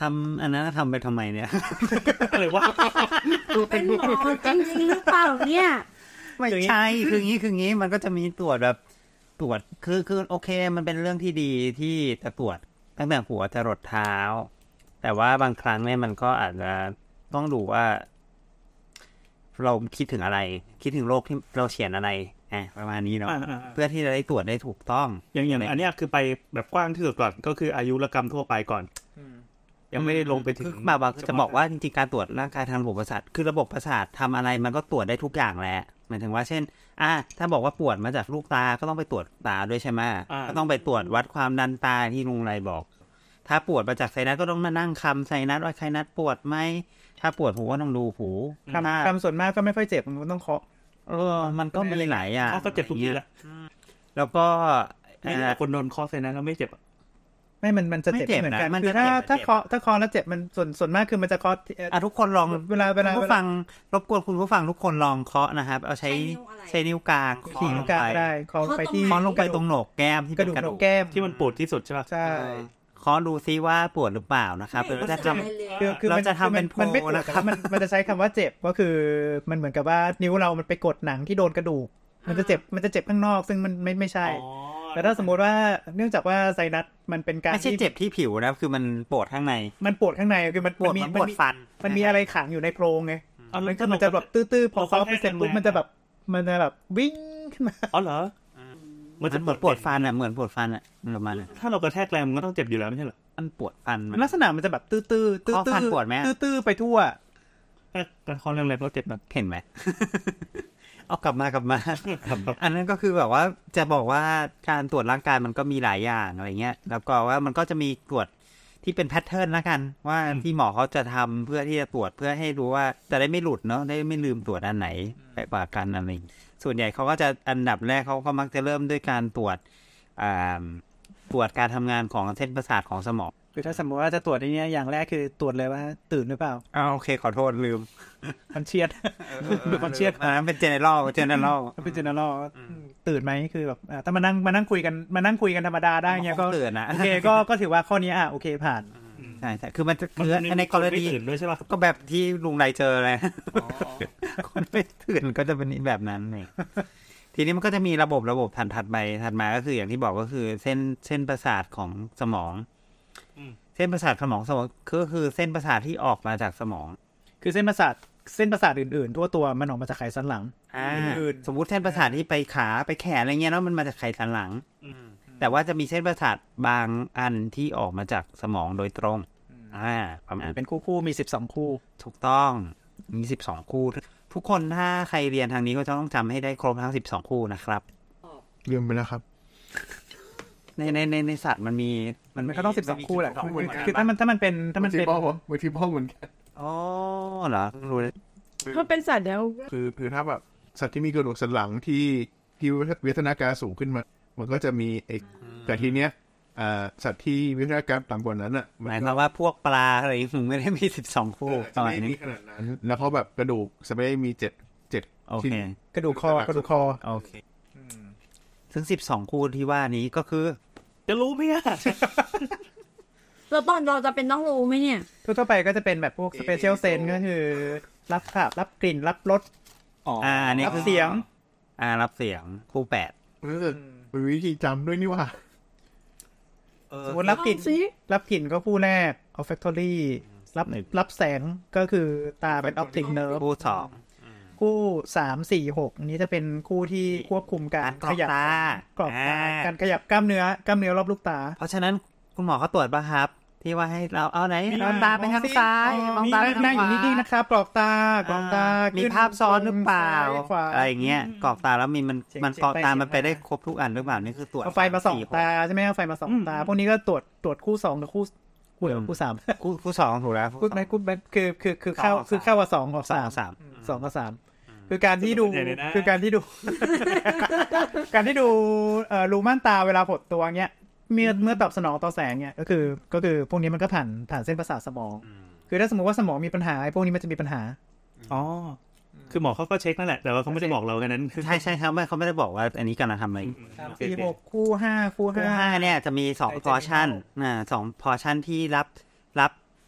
ทำอันนั้นทำไปทำไมเนี่ยอะไรวะเป็นหมอจริงๆหรือเปล่าเนี่ยไม่ใช่คืองี้คืองี้มันก็จะมีตรวจแบบตรวจคือคือโอเคมันเป็นเรื่องที่ดีที่จะตรวจตั้งแต่หัวจรดเท้า แต่ว่าบางครั้งเนี่ยมันก็อาจจะต้องดูว่า เราคิดถึงอะไร คิดถึงโรคที่เราเขียนอะไรอ่ะประมาณนี้เนาะอ่าๆเพื่อที่จะได้ตรวจได้ถูกต้องอย่างอย่างอันเนี้ยคือไปแบบกว้างที่สุดก่อนก็คืออายุรกรรมทั่วไปก่อนยังไม่ได้ลงไปถึงคือแบบว่าจะบอกว่าจริงๆการตรวจร่างกายทางระบบประสาทคือระบบประสาททำอะไรมันก็ตรวจได้ทุกอย่างแหละหมายถึงว่าเช่นอ่ะถ้าบอกว่าปวดมาจากลูกตาก็ต้องไปตรวจตาด้วยใช่ไหมอ่าก็ต้องไปตรวจวัดความดันตาที่ลุงไรบอก ถ้าปวดมาจากไซนัสก็ต้องมานั่งคำไซนัสว่าไซนัสปวดไหมถ้าปวดหูก็ต้องดูหูคำคำส่วนมากก็ไม่ค่อยเจ็บมันต้องเคาะเออมันก็มีหลายอย่างเขาก็เจ็บทุกทีแหละแล้วก็ไม่อ่าคนโดนคอเซนะแล้วไม่เจ็บอะไม่มันมันจะเจ็บไม่เจ็บเหมือนกันนะมันคืจะอถ้าเจ็บถ้าเคาะถ้าเคาะแล้วเจ็บมันส่วนส่วนมากคือมันจะเคาะเอ่ออ่ะทุกคนลองเวลาเวลาคุณผู้ฟังรบกวนคุณผู้ฟังทุกคนลองเคาะนะครับ เอาใช้ใช้นิ้วอะไรใช้นิ้วกลางขี่นิ้วกลางได้เคาะไปที่เคาะลงไปตรงโหนกแก้มที่กระดูกเป็นโหนกแก้มที่มันปวดที่สุดใช่ป่ะใช่เคาะดูซิว่าปวดหรือเปล่านะครับเราจะทำคือคือเรามันจะทำเป็นมันไม่ปโพลวดนะคแต่รับว่ามันมันจะใช้คำว่าเจ็บก็คือมันเหมือนกับว่านิ้วเรามันไปกดหนังที่โดนกระดูก มันจะเจ็บมันจะเจ็บข้างนอกซึ่งมันไม่ไม่ใช่ แต่ถ้าสมมติว่าเนื่องจากว่าไซนัสมันเป็นการไม่ใช่ที่เจ็บที่ผิวนะคือมันปวดข้างในมันปวดข้างในคือมันปวดมีมันปวดมีฟันมันมีอะไรขังอยู่ในโพรงไงอ๋อมันก็มันจะแบบตื้อๆพอเคาะไปเสร็จปุ๊บมันจะแบบมันจะแบบวิ่งขึ้นมาอ๋อเหรอมันจะเหมือนปวดฟันอ่ะเหมือนปวดฟันอ่ะมันประมาณนั้นถ้าเรากระแทกแรงมันก็ต้องเจ็บอยู่แล้วไม่ใช่เหรอมันปวดฟันมันลักษณะมันจะแบบตื้อๆตื้อๆเคาะฟันปวดไหมตื้อๆไปทั่วแค่การคอแรงๆก็เจ็บนะเห็นไหม เอากลับมากลับมาครับอันนั้นก็คือแบบว่าจะบอกว่าการตรวจร่างกายมันก็มีหลายอย่างอะไรเงี้ย แล้วก็ว่ามันก็จะมีตรวจที่เป็นแพทเทิร์นละกัน ว่าที่หมอเขาจะทำเพื่อที่จะตรวจเพื่อให้รู้ว่าจะได้ไม่หลุดเนาะได้ไม่ลืมตรวจอันไหนไปกว่ากันอะไรอย่างงี้ส่วนใหญ่เขาก็จะอันดับแรกเขาก็มักจะเริ่มด้วยการตรวจอ่าตรวจการทำงานของเส้นประสาทของสมองคือถ้าสมมติว่าจะตรวจในนี้อย่างแรกคือตรวจเลยว่าตื่นหรือเปล่าอ้าวโอเคขอโทษลืมมันเชียดดูมันเชียดอันนั้นเป็นเจเนอเรลเจเนอเรลมันเป็นเจเนอเรลตื่นไหมคือแบบอ่าถ้ามานั่งมานั่งคุยกันมานั่งคุยกันธรรมดาได้เงี้ยก็ตื่นนะโอเคก็ก็ถือว่าข้อนี้อ่ะโอเคผ่านใช่ใช่คือมันจะคือในกรณีอื่นด้วยใช่ป่ะก็แบบที่ลุงไรเจอเลยคนไม่ตื่นก็จะเป็นแบบนั้นเองทีนี้มันก็จะมีระบบระบบถัดถัดไปถัดมาก็คืออย่างที่บอกก็คือเส้นเส้นประสาทของสมองเส้นประสาทสมองสมองก็คือเส้นประสาทที่ออกมาจากสมองคือเส้นประสาทเส้นประสาทอื่นๆทั่วตัวมันออกมาจากไขสันหลังอ่าอื่นสมมุติเส้นประสาทที่ไปขาไปแขนอะไรเงี้ยเนาะมันมาจากไขสันหลังแต่ว่าจะมีเส้นประสาทบางอันที่ออกมาจากสมองโดยตรงอ่าประมาณเป็นคู่คู่ๆมีสิบสองคู่ถูกต้องมีสิบสองคู่ ทุกคนถ้าใครเรียนทางนี้ก็จะต้องจำให้ได้ครบทั้งสิบสองคู่นะครับลืมไปแล้วครับในในในในสัตว์มันมีมันก็ต้องสิบสองคู่แหละเหมือนกันคือถ้ามันถ้ามันเป็นถ้ามันเป็นพ่อผมบางทีพ่อเหมือนกันอ๋อเหรอรู้เลยมันเป็นสัตว์แล้วคือคือถ้าแบบสัตว์ที่มีกระดูกสันหลังที่ที่วิวัฒนาการสูงขึ้นมา มันก็จะมีเอกแต่ทีเนี้ยอ่าสัตว์ที่วิวัฒนาการต่ำกว่านั้นอ่ะหมายความว่าพวกปลาอะไรถึงไม่ได้มีสิบสองคู่ปจะระมาณไม่มีนี้ขนาดนั้น แล้วเขาแบบกระดูกจะไม่ได้มีเจ็ดเจ็ดโอเคชิ้นกระดูกคอกระดูกคอโอเคซึ่งสิบสองคู่ที่ว่านี้ก็คือจะรู้ไหมอะแล้วตอนเราจะเป็นต้องรู้ไหมเนี่ยทั่วๆไปก็จะเป็นแบบพวกสเปเชียลเซนก็คือรับภาพรับกลิ่นรับรสอ่าอันนี้รับคือเสียงอ่ารับเสียงคู่แปดเออเป็นวิธีจำด้วยนี่ว่าสมมติรับกลิ่นลองสิรับกลิ่นก็คู่แรก olfactory รับรับแสงก็คือตาเป็น optic nerve คู่สองคู่สามสี่หกอันนี้จะเป็นคู่ที่ควบคุมการกรอกขยับตากรอบตาอ่าการขยับกล้ามเนื้อกล้ามเนื้อรอบลูกตาเพราะฉะนั้นคุณหมอเขาตรวจป่ะครับ ที่ว่าให้เราเอาไหนมองตาไปทางซ้ายมองตาไปทางนั่งขอยู่วานิ่งๆนะครับกรอกตากรอกตามีขึ้นภาพซ้อนหรือเปล่าซ้ยขวาอะไรอย่างเงี้ยกรอกตาแล้วมีมันเช็คมันเช็คกรอกตาไปมันไปเช็คมาได้ครบทุกอันหรือเปล่านี่คือตรวจเอาไฟมาส่องสี่ตาใช่ไหมเอาไฟมาส่องตา พวกนี้ก็ตรวจตรวจคู่สองกับคู่คู่เดียวคู่สามคู่คู่สองถูกแล้วคู่ไหนคู่แบคือคือคือเข้าคือเข้ากับสองออกสาสามมสามสองกับสามคือการที่ดูเดี๋ยวๆนะคือการที่ดู การที่ดูเอ่อรูม่านตาเวลาหดตัวเงี้ยเมื่อเมื่อตอบสนองต่อแสงเนี่ยก็คือก็คือพวกนี้มันก็ผ่านผ่านเส้นประสาทสมอง คือถ้าสมมติว่าสมองมีปัญหาไอ้พวกนี้มันจะมีปัญหาอ๋อคือหมอเขาก็เช็คนั่นแหละแต่ว่าเขาไม่ได้บอกเราแค่นั้นใช่ใช่ครับไม่เขาไม่ได้บอกว่าอันนี้กำลังทำอะไรสี่หกคู่ห้าคู่คู่ห้าห้าเนี่ยจะมีสองพอชั่นนะสองพอชั่นที่รับรับ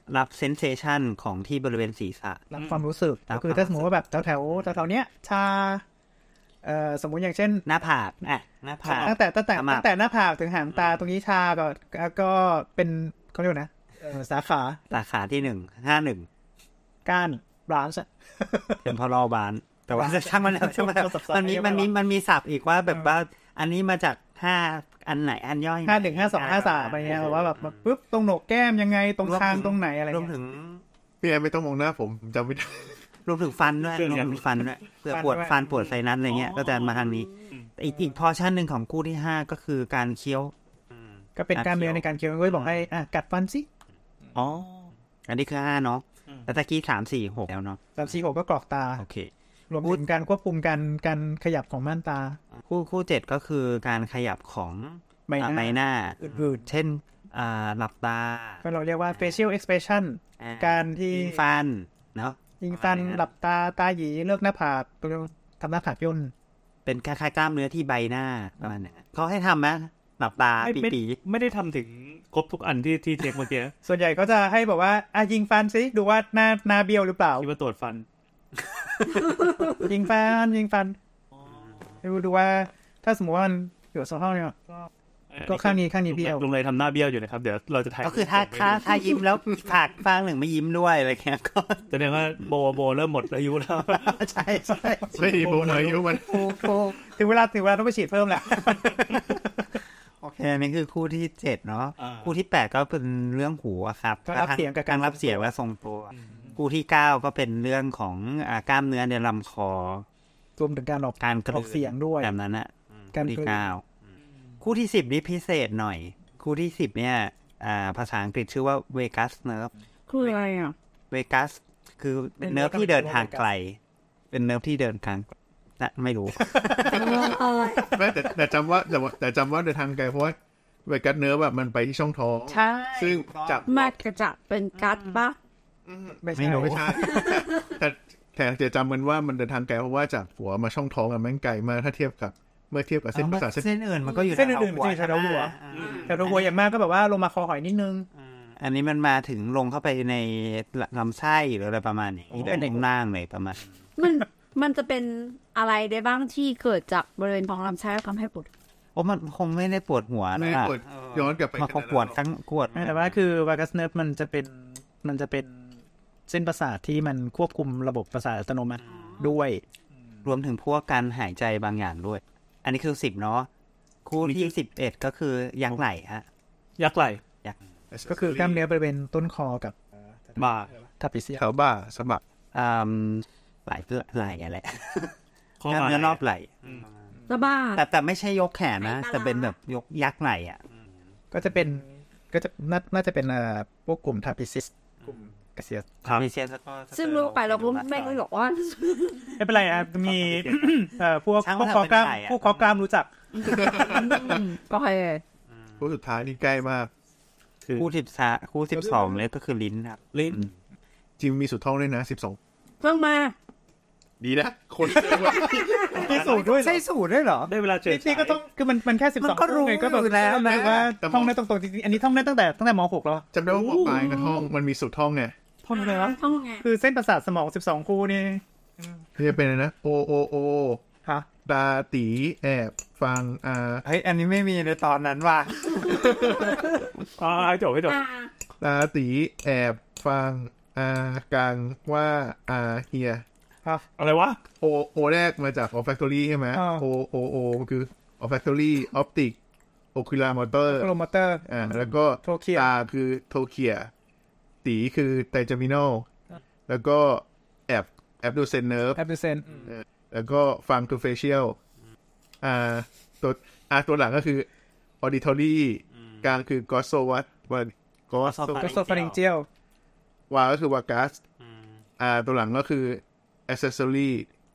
รับเซนเซชันของที่บริเวณศีรษะรับความรู้สึกรับก็คือถ้าสมมติว่าแบบแถวแถวแถวแถวๆเนี้ยชาเอ่อสมมุติอย่างเช่นหน้าผากอ่ะหน้าผากตั้งแต่ตั้งแต่ขมับตั้งแต่หน้าผากถึงหางตาตรงนี้ชาก็ก็ก็เป็นเขาเรียกว่านะเอ่อสาขาสาขาที่หนึ่งห้าหนึ่งก้านบรานช์เป็นพอรอบาน แต่ว่าจะช่างมันแล้วช่างมันแล้วซับซ้อนมันมีเยอะมันมีไปวะมันมีศัพท์อีกว่าแบบว่าอันนี้มาจากห้าอันไหนอันย่อยห้าหนึ่งห้าสองห้าสามอะไรเงี้ยแบบว่าแบบปุ๊บตรงโหนกแก้มยังไงตรงคางตรงไหนอะไรรวมเงี้ยถึงพี่แอนไม่ต้องมองหน้าผมผมจำไม่ได้รวมถึงฟันด้วยรวมถึงฟันด้วยเพื่อปวดฟันปวดไซนัสอะไรเงี้ยก็จะมาทางนี้แต่อีกอีกพอชั่นหนึ่งของคู่ที่ห้าก็คือการเคี้ยวก็เป็นการเมืองในการเคี้ยวก็บอกให้อ่ะกัดฟันสิอ๋ออันนี้คือห้าเนาะแล้วตะกี้สามสี่หกแล้วเนาะสามสี่หกก็กรอกตาโอเครวมถึงการควบคุมการการขยับของม่านตาคู่คู่เจ็ดก็คือการขยับของใบหน้าอ่ะใบหน้าอื่นเช่นอ่าหลับตาๆก็เราเรียกว่า facial expression อ่การที่ยิงฟันเนาะยิงฟันหลับตาตาหยีเลิกหน้าผากตัวทำหน้าผากย่นเป็นคล้ายๆกล้ามเนื้อที่ใบหน้าประมาณนั้นเขาให้ทำไหมหลับตาไม่ปีไม่ปีไม่ได้ทำถึงครบทุกอันที่ที่เช็คเมื่อกี้ส่วนใหญ่ก็จะให้บอกว่าอ่ะยิงฟันสิดูว่าหน้าหน้าเบี้ยวหรือเปล่าคิดว่าตรวจฟันยิงฟันยิงฟันดูดูว่าถ้าสมมติว่ามันอยู่สองห้องเนี่ยก็ข้างนี้ข้างนี้เบี้ยวลุงเลยทำหน้าเบี้ยวอยู่นะครับเดี๋ยวเราจะถ่ายก็คือถ้าถ้าถ้ายิ้มแล้วผากฟางหนึ่งไม่ยิ้มด้วยอะไรเงี้ยก็แสดงว่าโบโบเริ่มหมดอายุแล้วใช่ใช่ไม่ดีโบนอายุมันถึงเวลาถึงเวลาต้องไปฉีดเพิ่มแหละโอเคอันนี้คือคู่ที่เจ็ดเนาะอ่าคู่ที่แปดก็เป็นเรื่องหูอะครับการรับเสียงกับการรับเสียงและทรงตัวคู่ที่เก้าก็เป็นเรื่องของอ่ากล้ามเนื้อในลำคอรวมถึงการออกการกระออกเสียงด้วยแบบนั้นอะการคู่ที่กลืนเก้าคู่ที่สิบนี่พิเศษหน่อย คู่ที่สิบเนี่ยอ่าภาษาอังกฤษชื่อว่าเวกัสเนิร์ฟคืออะไรอ่ะเวกัสคือเป็นเนิร์ฟที่เดินทางไกล เป็นเนิร์ฟที่เดินทางนะไม่รู้ไม่แต่แต่จำว่าแต่ว่าแต่จำว่าเดินทางไกลเพราะว่าเวกัสเนื้อแบบมันไปที่ช่องท้องใช่ซึ่งจากมากกระจะเป็นกัดปะไม่ไม่ใช่รู้ไม่ใช่แต่แต่จะจำมันว่ามันเดินทางไกลเพราะว่าจากหัวมาช่องท้องอะแม่งไกลมากถ้าเทียบกับเมื่อเทียบกับเส้นประสาทเส้นเส้นอื่นมันก็อยู่เส้นอื่นๆไม่ใช่แถวหัวแถวหัวอย่างมากก็แบบว่าลงมาคอหอยนิดนึงอันนี้มันมาถึงลงเข้าไปในลำไส้หรืออะไรประมาณนี้ด้วยในล่างเลยประมาณมันมันจะเป็นอะไรได้บ้างที่เกิดจากบริเวณท้องลำไส้แล้วทำให้ปวดโอ้มันคงไม่ได้ปวดหัวไม่นะปวดย้อนกลับไปมันคงปวดทั้งปวดแต่ว่าคือวากัสเนิร์ฟมันจะเป็นมันจะเป็นเส้นประสาทที่มันควบคุมระบบประสาทอัตโนมัติด้วยรวมถึงพวกการหายใจบางอย่างด้วย อันนี้คือสิบเนาะคู่ที่สิบเอ็ดก็คือยักไหล่ฮะยักไหลยักก็คือกล้ามเนื้อบริเวณต้นคอกับบ่าทับปิเซียแถวบ่าสะบักอ่าไหล่ไหล่อะไรข้อกล้ามมาเนื้อรอบไหล่สะบ้าแต่แต่ไม่ใช่ยกแขนนะ แต่เป็นแบบยกยักไหล่อ่ะก็จะเป็นก็จะน่าน่าจะเป็นเอ่อพวกกลุ่มทาปิซิสกลุ่มกระเซียสครับมีเซียนแล้วก็ซึ่งรู้ไปเราก็ไม่รู้หรอกว่าไม่เป็นไรอ่ะมีเอ่อพวกช่างพวมักนคอกล้ามเป็นใหญ่อะพวกคอกล้ามรู้จักก็ให้คู่สุดท้ายนี่ใกล้มากคู่สิบสาคู่สิบสองเลยก็คือลิ้นครับลิ้นจริงมีสุดท้องด้วยนะสิบสองเพิ่งมาดีนะ คนมีสูตรด้วยใช่สูตรด้วยเหรอได้เวลาเจอนี่ก็ต้องคือมันมันแค่สิบมัสองนก็รู้ไงก็แบบอยู่แล้วนะว่าท่องได้ตรงๆจริงๆอันนี้ท่องได้ตั้งแต่ตั้งแต่ม หกแล้วจำได้ว่าหมอปลายกับท้องมันมีสุดท้องไงท่องอะไรวะต้องไงคือเส้นประสาทสมองสิบสองคู่นี่ที่จะเป็นอะไรนะโอโอโอค่ะตาตีแอบฟังอ่าเฮ้ยอันนี้ไม่มีในตอนนั้นว่ะอ่าให้จบให้จบอ่าตาตีแอบฟังอากังว่าอาเฮียอะไรวะโอโอแรกมาจาก olfactory ใช่ไหมโอโอโอคือ olfactory optic ocular motor โครโมเตอร์อ่าแล้วก็ Trochlea ตาคือโทเคียตีคือ trigeminal แล้วก็แอบแอบดูเซนเนิร์ฟแอปเปิลเซนแล้วก็ฟัง to facial อ่าตัวอ่าตัวหลังก็คือ auditory กลางคือ glossovat วัน glossovat ก็โซฟาริงเจียววาก็คือ vagus อ่าตัวหลังก็คือ accessory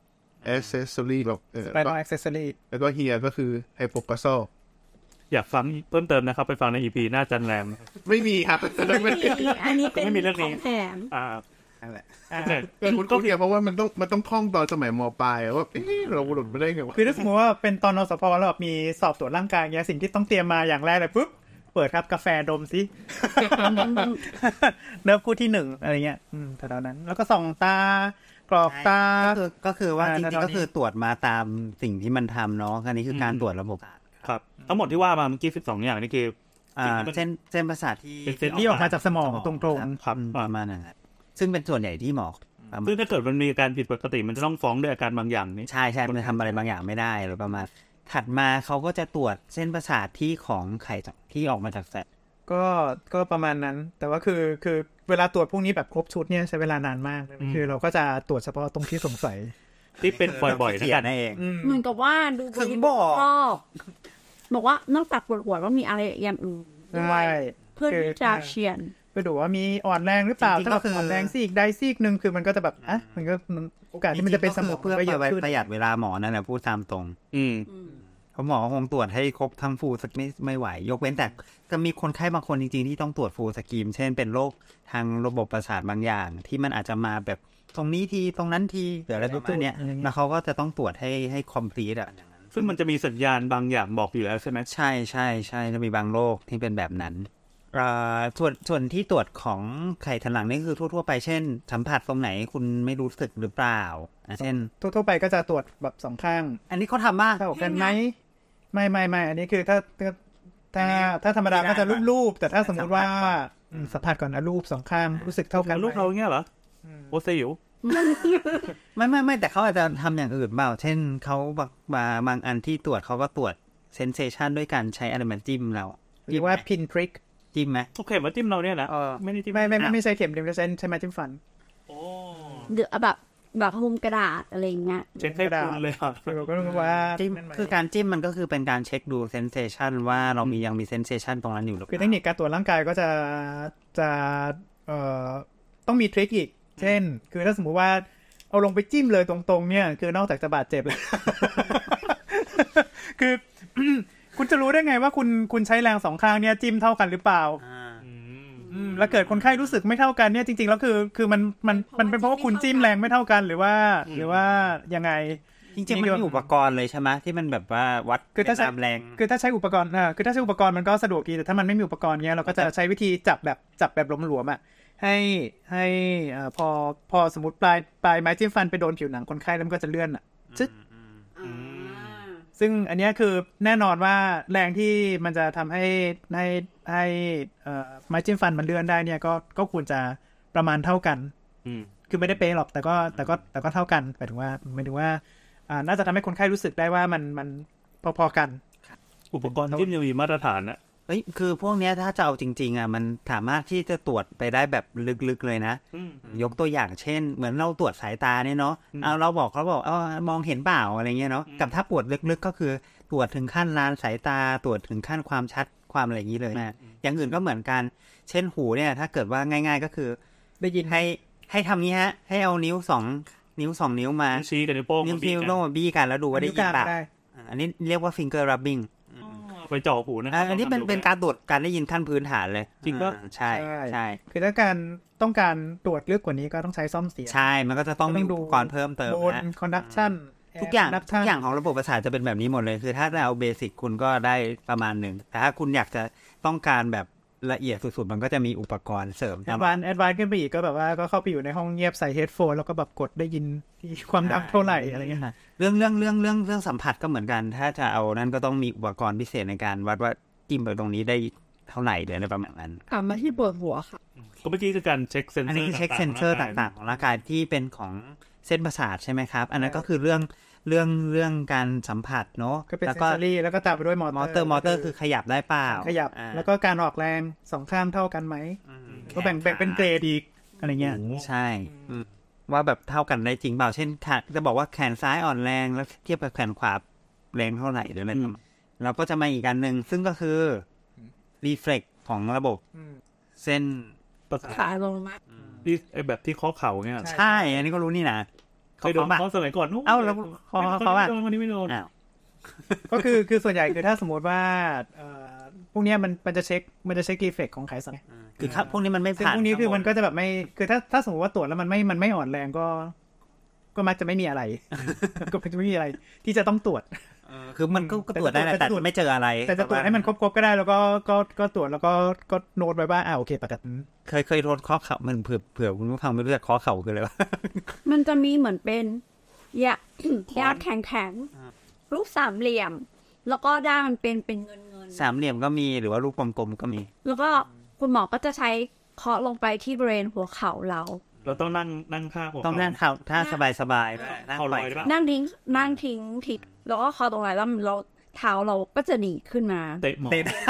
accessory แบบเออไรนอลแอคเซสซอรี่แล้วก็เฮียก็คือ hypoglossal อยากฟังเพิ่มเติมนะครับ ไปฟังใน อี พี หน้าจันแรมนะครับไม่มีครับไม่มีอันนี้เป็นไม่มีเรื่องนี้ของแถมอ่านั่นแหละเนี่ยแต่คุณก็เฮียเพราะว่ามันต้องมันต้องท่องตอนสมัยมปลายอะว่าเอ๊ะเราหลุดไม่ได้ไงวะคือถ้าสมมติว่าเป็นตอนนสพแล้วแบบมีสอบตรวจร่างกายเงี้ยสิ่งที่ต้องเตรียมมาอย่างแรกเลยปุ๊บเปิดครับกาแฟดมสิ เริ่มคู่ที่หนึ่งอะไรเงี้ยอืมแถวๆนั้นแล้วก็ส่องตากรอกตาก็คือก็คือว่าจอ่าริงตอนนี้ๆก็คือตรวจมาตามสิ่งที่มันทำเนาะอันนี้คือการตรวจระบบครับทั้งหมดที่ว่ามาเมื่อกี้สิบสองอย่างนี่คืออ่าเส้นเส้นประสาทที่เป็นเส้นที่ออกมาจากสมองตรงครับประมาณนั้นครับซึ่งเป็นส่วนใหญ่ที่หมอประมาณซึ่งถ้าเกิดมันมีอาการผิดปกติมันจะต้องฟ้องด้วยอาการบางอย่างนี้ใช่ใช่มันทำอะไรบางอย่างไม่ได้หรือประมาณถัดมาเขาก็จะตรวจเส้นประสาทที่ของไข่ที่ออกมาจากแสบๆก็ก็ประมาณนั้น แต่ว่าคือคือเวลาตรวจพวกนี้แบบครบชุดเนี่ยใช้เวลานานมากคือเราก็จะตรวจเฉพาะตรงที่สงสัยที่เป็นบ่อยๆนะเขียกัน นนั่นเองเหมือนกับว่าดูถึงบอกรอบบอกว่านอกจากปวดหัวก็มีอะไรอย่างอื่นใช่เพื่อที่จะเชียนไปดูว่ามีอ่อนแรงหรือเปล่าจริงๆถ้าก็คืออ่อนแรงซีกใดซีกหนึ่งคือมันก็จะแบบอ่ะมันก็โอกาสที่มันจะเป็นสมองเพื่อก็เยเพื่ออะขึ้นประหยัดเวลาหมอนั่นแหละพูดตามตรงอืมเพราะหมอคงตรวจให้ครบทั้งฟูลสไม่ไม่ไหวยกเว้นแต่ก็มีคนไข้บางคนจริงๆที่ต้องตรวจฟูลสกีมเช่นเป็นโรคทางระบบประสาทบางอย่าง ที่มันอาจจะมาแบบตรงนี้ทีตรงนั้นทีหรืออะไรประมาณเนี้ยแล้วเขาก็จะต้องตรวจให้ให้คอมพลีทอ่ะซึ่งมันจะมีสัญญาณบางอย่างบอกอยู่แล้วใช่ไหมใช่ใช่ใช่จะมีบางโรคที่เป็นแบบนั้นอ่าส่วนส่วนที่ตรวจของไข่ทันหลังนี่คือทั่วๆไปเช่นสัมผัสตรงไหนคุณไม่รู้สึกหรือเปล่าอ่ะเช่นทั่วๆไปก็จะตรวจแบบสองข้างอันนี้เขาทำมากเท่ากันไหมไม่ไม่ไม่อันนี้คือถ้าถ้าถ้าถ้าธรรมดาก็จะรูปๆแต่ถ้าสมมุติว่าอืมสัมผัสก่อนนะรูปสองข้างรู้สึกเท่ากันไหมลูกเราเงี้ยเหรอโอเซอยู่ไม่ไม่ไม่แต่เขาอาจจะทำอย่างอื่นเปล่าเช่นเขาบางบางบางอันที่ตรวจเขาก็ตรวจเซนเซชันด้วยการใช้อะไรมาจิ้มเราหรือว่าพินพริกจิ้มไหมโอเคมาจิ้มเราเนี่ยนะเออไม่ได้จิ้มไม่ไม่ไม่ไม่ใช่เข็มเดียวจะใช้ใช้ไม้จิ้มฟันโอ้หรือแบบแบบหุ้มกระดาษอะไรอย่างเงี้ยเช็คให้คุณเลยอ่ะเราก็รู้ว่าจิ้มนั่นไหมคือการจิ้มมันก็คือเป็นการเช็คดูเซนเซชันว่าเรามียังมีเซนเซชันตรงนั้นอยู่หรือเปคือเทล่าคนิคการตรวจร่างกายก็จะจะเอ่อต้องมีทริคอีกเช่น คือถ้าสมมุติว่าเอาลงไปจิ้มเลยตรงๆเนี่ยคือนอกจากจะบาดเจ็บเลย คือ คุณจะรู้ได้ไงว่าคุณคุณใช้แรงสองข้างเนี่ยจิ้มเท่ากันหรือเปล่า อืมแล้วเกิดคนไข้รู้สึกไม่เท่ากันเนี่ยจริงๆแล้วคือคือมันมันมันเป็นเพราะว่าคุณจิ้มแรงไม่เท่ากันหรือว่า หรือว่ายังไงจริงๆมันมีอุปกรณ์เลยใช่ไหมที่มันแบบว่าวัดคือถ้าใช้ตามแรงคือถ้าใช้อุปกรณ์อ่าคือถ้าใช้อุปกรณ์มันก็สะดวกดีแต่ถ้ามันไม่มีอุปกรณ์เนี้ยเราก็จะใช้วิธีจับแบบจับแบบหลวมๆอ่ะให้ให้อ่าพอพอสมมติปลายปลายไม้จิ้มฟันไปโดนผิวหนังคนไข้แล้วมันก็จะเลื่อนอ่ะจึ๊ดซึ่งอันเนี้ยคือแน่นอนว่าแรงที่มันจะทำให้ให้ให้เอ่อไม้จิ้มฟันมันเลื่อนได้เนี่ยก็ก็ควรจะประมาณเท่ากันอืมคือไม่ได้เป๊ะหรอกแต่ก็แต่ก็แต่ก็เท่ากันหมายถึงว่าหมายถึงว่าอ่าน่าจะทำให้คนไข้รู้สึกได้ว่ามันมันพอๆกันอุปกรณ์จิ้มยังมีมาตรฐานนะเอ้ยคือพวกเนี้ยถ้าจะเอาจริงๆอ่ะมันสามารถที่จะตรวจไปได้แบบลึกๆเลยนะอืมยกตัวอย่างเช่น เหมือนเราตรวจสายตาเนี่ยเนาะอืมเอาเราบอกเขาบอกเออมองเห็นเปล่าอะไรเงี้ยเนาะอืมกับถ้าปวดลึกๆก็คือตรวจถึงขั้นลานสายตาตรวจถึงขั้นความชัดความอะไรอย่างนี้เลยนะอย่างอื่นก็เหมือนกันเช่นหูเนี่ยถ้าเกิดว่าง่าย ๆ ก็คือได้ยินให้ให้ทำงี้ฮะให้เอานิ้วสองนิ้วสองนิ้วมานิ้วชี้กับนิ้วโป้งนิ้วบีนิ้วกันโน้มบี้กันแล้วดูว่าได้ยินเปล่าได้อ่าอันนี้เรียกว่า finger rubbing ไปจ่อหูนะอ่าอันนี้เป็นเป็นการตรวจการได้ยินขั้นพื้นฐานเลยจริงปะอ่าใช่ใช่คือถ้าการต้องการตรวจลึกกว่านี้ก็ต้องใช้ซ่อมเสียงใช่มันก็จะต้องต้มีองดูอุปกรณ์เพิ่มเติมโบนนะคอนดักชันทุกอย่างทุกอย่างของระบบประสาทจะเป็นแบบนี้หมดเลยคือถ้าเอาเบสิกคุณก็ได้ประมาณหนึ่งแต่ถ้าคุณอยากจะต้องการแบบละเอียดสุดๆมันก็จะมีอุปกรณ์เสริมแอดวานแอดวานขึ้นไปอีกก็แบบว่าก็เข้าไปอยู่ในห้องเงียบใส่เฮดโฟนแล้วก็แบบกดได้ยินที่ความดังเท่าไหร่อะไรเงี้ยเรื่องเรื่องเรื่องเรื่องเรื่องสัมผัสก็เหมือนกัน ถ้าจะเอานั่นก็ต้องมีอุปกรณ์พิเศษในการวัดว่าจิ้มไปตรงนี้ได้เท่าไหร่หรืออะไรประมาณนั้นกลับมาที่ปวดหัวค่ะก็เมื่อกี้คือการเช็คเซนเซอร์อันนี้คือเช็คเซนเซอร์ต่างๆของร่างกายที่เป็นของเส้นประสาทใช่ไหมครับ อันนั้นก็คือเรื่องเรื่องเรื่องการสัมผัสเนาะก็เป็นแล้วเซนก็ซอรี่แล้วก็ตามไปด้วยมอมอเตอร์มอเตอร์คือขยับได้เปล่าขยับอ่าแล้วก็การออกแรงสองข้างเท่ากันไหมก็แบ่งแบ่งเป็นเกรดอีกอะไรเงี้ยใช่อืมว่าแบบเท่ากันได้จริงเปล่าเช่นขาจะบอกว่าแขนซ้ายอ่อนแรงแล้วเทียบกับแขนขวาแรงเท่าไหร่หรืออะไรประมาณเราก็จะมาอีกการหนึ่งซึ่งก็คือรีเฟล็กของระบบเส้นประสาทขาลงมาที่ไอ้แบบที่ข้อเข่าเนี่ยใช่ อันนี้ก็รู้นี่นะเคยโดนปะข้อสมัยก่อนนู้นเอ้าแล้วเขาเขาว่าวันนี้ไม่โดนอ้าวก็คือคือส่วนใหญ่คือถ้าสมมติว่าเอ่อพวกเนี้ยมันมันจะเช็คมันจะเช็คดีเฟกของไขสันคือครับพวกนี้มันไม่ซึ่งผ่านพวกนี้คือมันก็จะแบบไม่คือถ้าถ้าสมมติว่าตรวจแล้วมันไม่มันไม่อ่อนแรงก็ ก็มักจะไม่มีอะไร ก็ไม่มีอะไร ที่จะต้องตรวจคือมันก็ตรวจได้แหละแต่ไม่เจออะไรแต่จะตรวจให้มันครบๆก็ได้แล้วก็ก็ก็ตรวจแล้วก็ก็โน้ตไว้ว่าอ่าโอเคปกติเคยเคยโดนข้อเข่ามันเผื่อเผื่อคุณผู้ฟังไม่รู้จักข้อเข่าคืออะไรวะมันจะมีเหมือนเป็นยา ยาแข็งๆรูปสามเหลี่ยมแล้วก็ด้านมันเป็นเป็นเงินเงินสามเหลี่ยมก็มีหรือว่ารูปกลมๆก็มีแล้วก็คุณหมอก็จะใช้เคาะลงไปที่บริเวณหัวเข่าเราเราต้องนั่งนั่งท่าหัวต้องนั่งเข่าท่าสบายๆนั่งปล่อยนั่งทิ้งนั่งทิ้งทิศแล้วก็เคาะตรงไหนแล้วเราเท้าเราก็จะหนีขึ้นมาเตะหมอ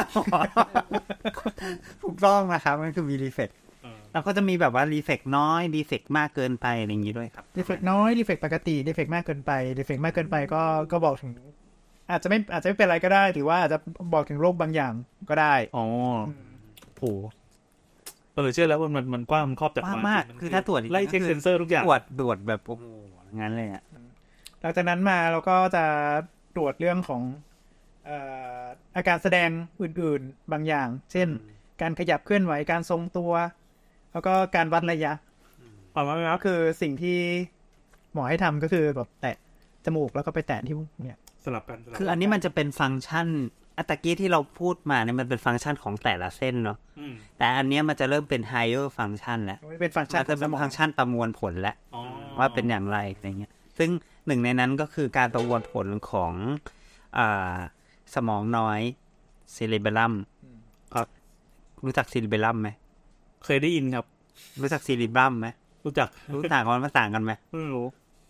ถูกต้องนะครับมันคือมีรีเฟกแล้วก็จะมีแบบว่ารีเฟกน้อยรีเฟกมากเกินไปอะไรอย่างนี้ด้วยครับรีเฟกน้อยรีเฟกปกติรีเฟกมากเกินไปรีเฟกมากเกินไปก็ก็บอกถึงอาจจะไม่อาจจะไม่เป็นอะไรก็ได้หรือว่าอาจจะบอกถึงโรคบางอย่างก็ได้อ๋อโหเออเชื่อแล้วว่ามันมันกว้างมันครอบจักรวาลมากคือถ้าตรวจไล่เช็คเซ็นเซอร์ทุกอย่างตรวจตรวจแบบโอ้โหงั้นเลยอ่ะหลังจากนั้นมาเราก็จะตรวจเรื่องของเอ่ออาการแสดงอื่นๆบางอย่างเช่นการขยับเคลื่อนไหวการทรงตัวแล้วก็การวัดระยะประมาณนั้นคือสิ่งที่หมอให้ทำก็คือแบบแตะจมูกแล้วก็ไปแตะที่เนี่ยสลับกันคืออันนี้มันจะเป็นฟังก์ชันอัตกี้ที่เราพูดมาเนี่ยมันเป็นฟังก์ชันของแต่ละเส้นเนาะแต่อันนี้มันจะเริ่มเป็น higher function แล้วเป็นฟังก์ชันจะเป็นฟังก์ชันประมวลผลแล้วว่าเป็นอย่างไรอะไรเงี้ยซึ่งหนึ่งในนั้นก็คือการประมวลผลของอ่าสมองน้อยซีริเบลัมครับรู้จักซีริเบลัมไหมเคยได้ยินครับรู้จักซีริบัมไหมรู้จักรู้ต่างกันมันต่างกันไหมไม่รู้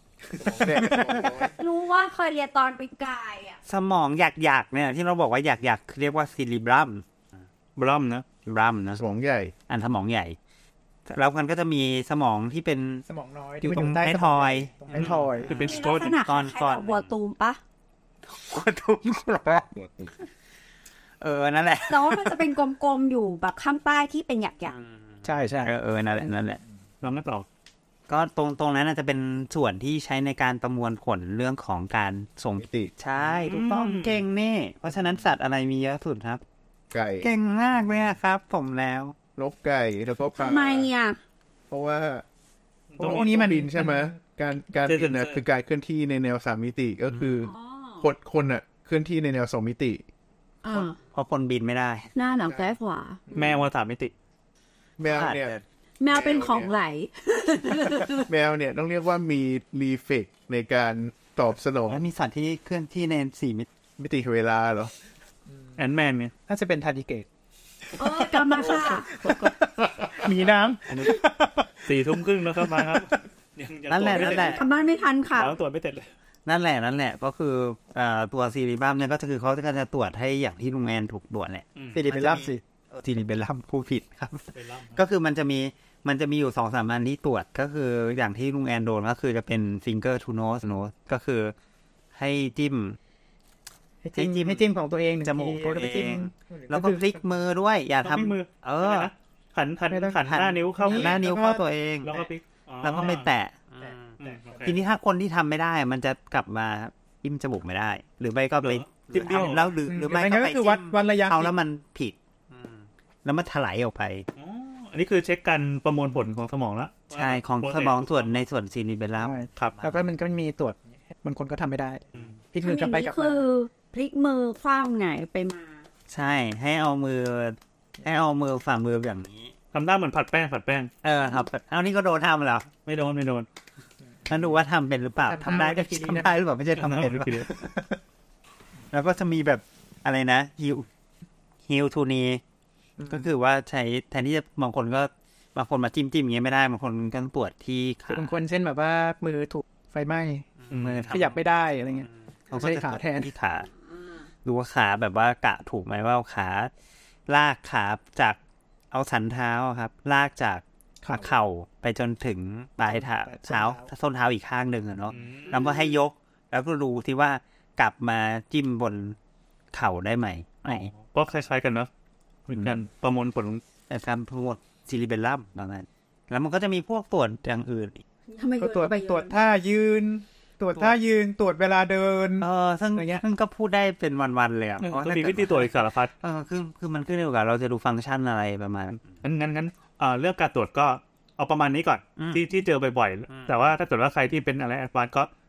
รู้ว่าเคยเรียนตอนเป็นกายอ่ะสมองหยักๆเนี่ยที่เราบอกว่าหยักๆเรียกว่าซีริบัมบลัมนะบลัมนะสมองใหญ่อันสมองใหญ่แล้วมันก็จะมีสมองที่เป็นสมองน้อยอยู่ตรงใต้ทอยใต้ทอยคือเป็นสโตรนก่อนก่อนหัวตูมปะหัวตูมหรอเออนั่นแหละแล้วมันจะเป็นกลมๆอยู่แบบข้างใต้ที่เป็นหยักๆใช่ใช่เออนั่นแหละนั่นแหละลองกันต่อก็ตรงตรงนั้นจะเป็นส่วนที่ใช้ในการประมวลผลเรื่องของการส่งมิติใช่ถูกต้องเก่งนี่เพราะฉะนั้นสัตว์อะไรมีเยอะสุดครับไก่เก่งมากเลยครับผมแล้วนกไก่แล้วก็ปลาทำไมอ่ะเพราะว่าตรงนี้มันบินใช่ไหมการการบินนะคือการเคลื่อนที่ในแนวสามมิติก็คือคนคนอ่ะเคลื่อนที่ในแนวสองมิติเพราะคนบินไม่ได้หน้าหลังซ้ายขวาแม่ว่าสามมิติแมวเนี่ยแมวเป็นของไหลแมวเนี่ยต้องเรียกว่ามีรีเฟกในการตอบสนองแล้วมีสัตว์ที่เคลื่อนที่ในสี่มิติเวลาเหรอแอนแมนเนี่ยน่าจะเป็นทาร์ดิเกตเออกลับมาค่ะมีน้ำสี่ทุ่มครึ่งแล้วครับมาครับนั่นแหละนั่นแหละทำบ้านไม่ทันค่ะแล้วตรวจไม่เสร็จเลยนั่นแหละนั่นแหละก็คือตัวซีริบัมเนี่ยก็คือเขาจะตรวจให้อย่างที่ลุงแอนถูกตรวจแหละซีริเบลัมสิซีริเบลัมผู้ผิดครับก็คือมันจะมีมันจะมีอยู่สองสามอันที่ตรวจก็คืออย่างที่ลุงแอนโดนก็คือจะเป็น finger to nose nose ก็คือให้จิ้มให้จิ้มให้จิ้มของตัวเองจมูกตัวเองแล้วก็พลิกมือด้วยอย่าทำเออหันหันหันหน้านิ้วเข้าหน้านิ้วเข้าตัวเองแล้วก็พลิกแล้วก็ไม่แตะทีนี้ถ้าคนที่ทำไม่ได้มันจะกลับมาจิ้มจมูกไม่ได้หรือไม่ก็ไปจิ้มเบี้ยวแล้วหรือหรือไม่ก็ไปจิ้มเอาแล้วมันผิดแล้วมันถลายออกไปอันนี้คือเช็คการประมวลผลของสมองละใช่ของสมองส่วนในส่วนซีริเบลัมครับแล้วก็มันก็มีตรวจบางคนก็ทำไม่ได้พลิกมือกลับไปกลับมาคือพลิกมือคว้างไหนไปมาใช่ให้เอามือให้เอามือฝ่ามือแบบนี้ทำได้เหมือนผัดแป้งผัดแป้งเออครับเอานี่ก็โดนทำแล้วไม่โดนไม่โดนแล้วดูว่าทำเป็นหรือเปล่าทำได้ก็คิดทำได้หรือเปล่าไม่ใช่ทำเป็นหรือเปล่าแล้วก็จะมีแบบอะไรนะฮิวฮิวทูนีก็คือว่าใช้แทนที่จะบางคนก็บางคนมาจิ้มจิ้มอย่างเงี้ยไม่ได้บางคนก็ปวดที่ขาบางคนเช่นแบบว่ามือถูกไฟไหม้มือขยับไม่ได้อะไรเงี้ยเขาใช้ขาแทนที่ขาดูว่าขาแบบว่ากะถูกไหมว่าขาลากขาจากเอาสันเท้าครับลากจากขาเข่าไปจนถึงปลายเท้าเท้าส้นเท้าอีกข้างหนึ่งอะเนาะแล้วก็ให้ยกแล้วก็ดูที่ว่ากลับมาจิ้มบนเข่าได้ไหมไม่ก็คล้ายๆกันเนาะเหมือนกันประมวลผลแต่การประมวลซีริเบลัมประมาณแล้วมันก็จะมีพวกตรวจอย่างอื่นทำไมตรวจตรวจท่ายืนตรวจท่ายืนตรวจเวลาเดินเออซึ่งซึ่งก็พูดได้เป็นวันๆเลยอ่ะเพราะมีวิธีตรวจอีกสารพัดเออคือคือมันขึ้นอยู่กับเราจะดูฟังก์ชันอะไรประมาณงั้นงั้นงั้นอ่าเรื่องการตรวจก็เอาประมาณนี้ก่อนที่ที่เจอบ่อยๆแต่ว่าถ้าเกิดว่าใครที่เป็นอะไรแอดวานซ์ก็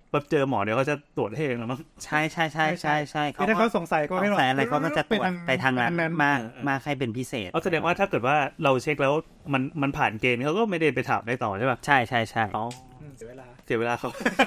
แบบเจอหมอเดี๋ยวเขาจะตรวจให้เองแล้วมั้งใช่ใช่ใช่ใช่ใช่ถ้าเขาสงสัยก็สไม่งสัยอะไรเขาก็จะตรวจไปทางนั้นนั้นมากมากให้เป็นพิเศษเอาแสดงว่าถ้าเกิดว่าเราเช็คแล้วมันมันผ่านเกณฑ์เขาก็ไม่ได้ไปถามได้ต่อใช่ป่ะใช่ใช่ใช่อ๋อเสียเวลาเสียเวลาเขา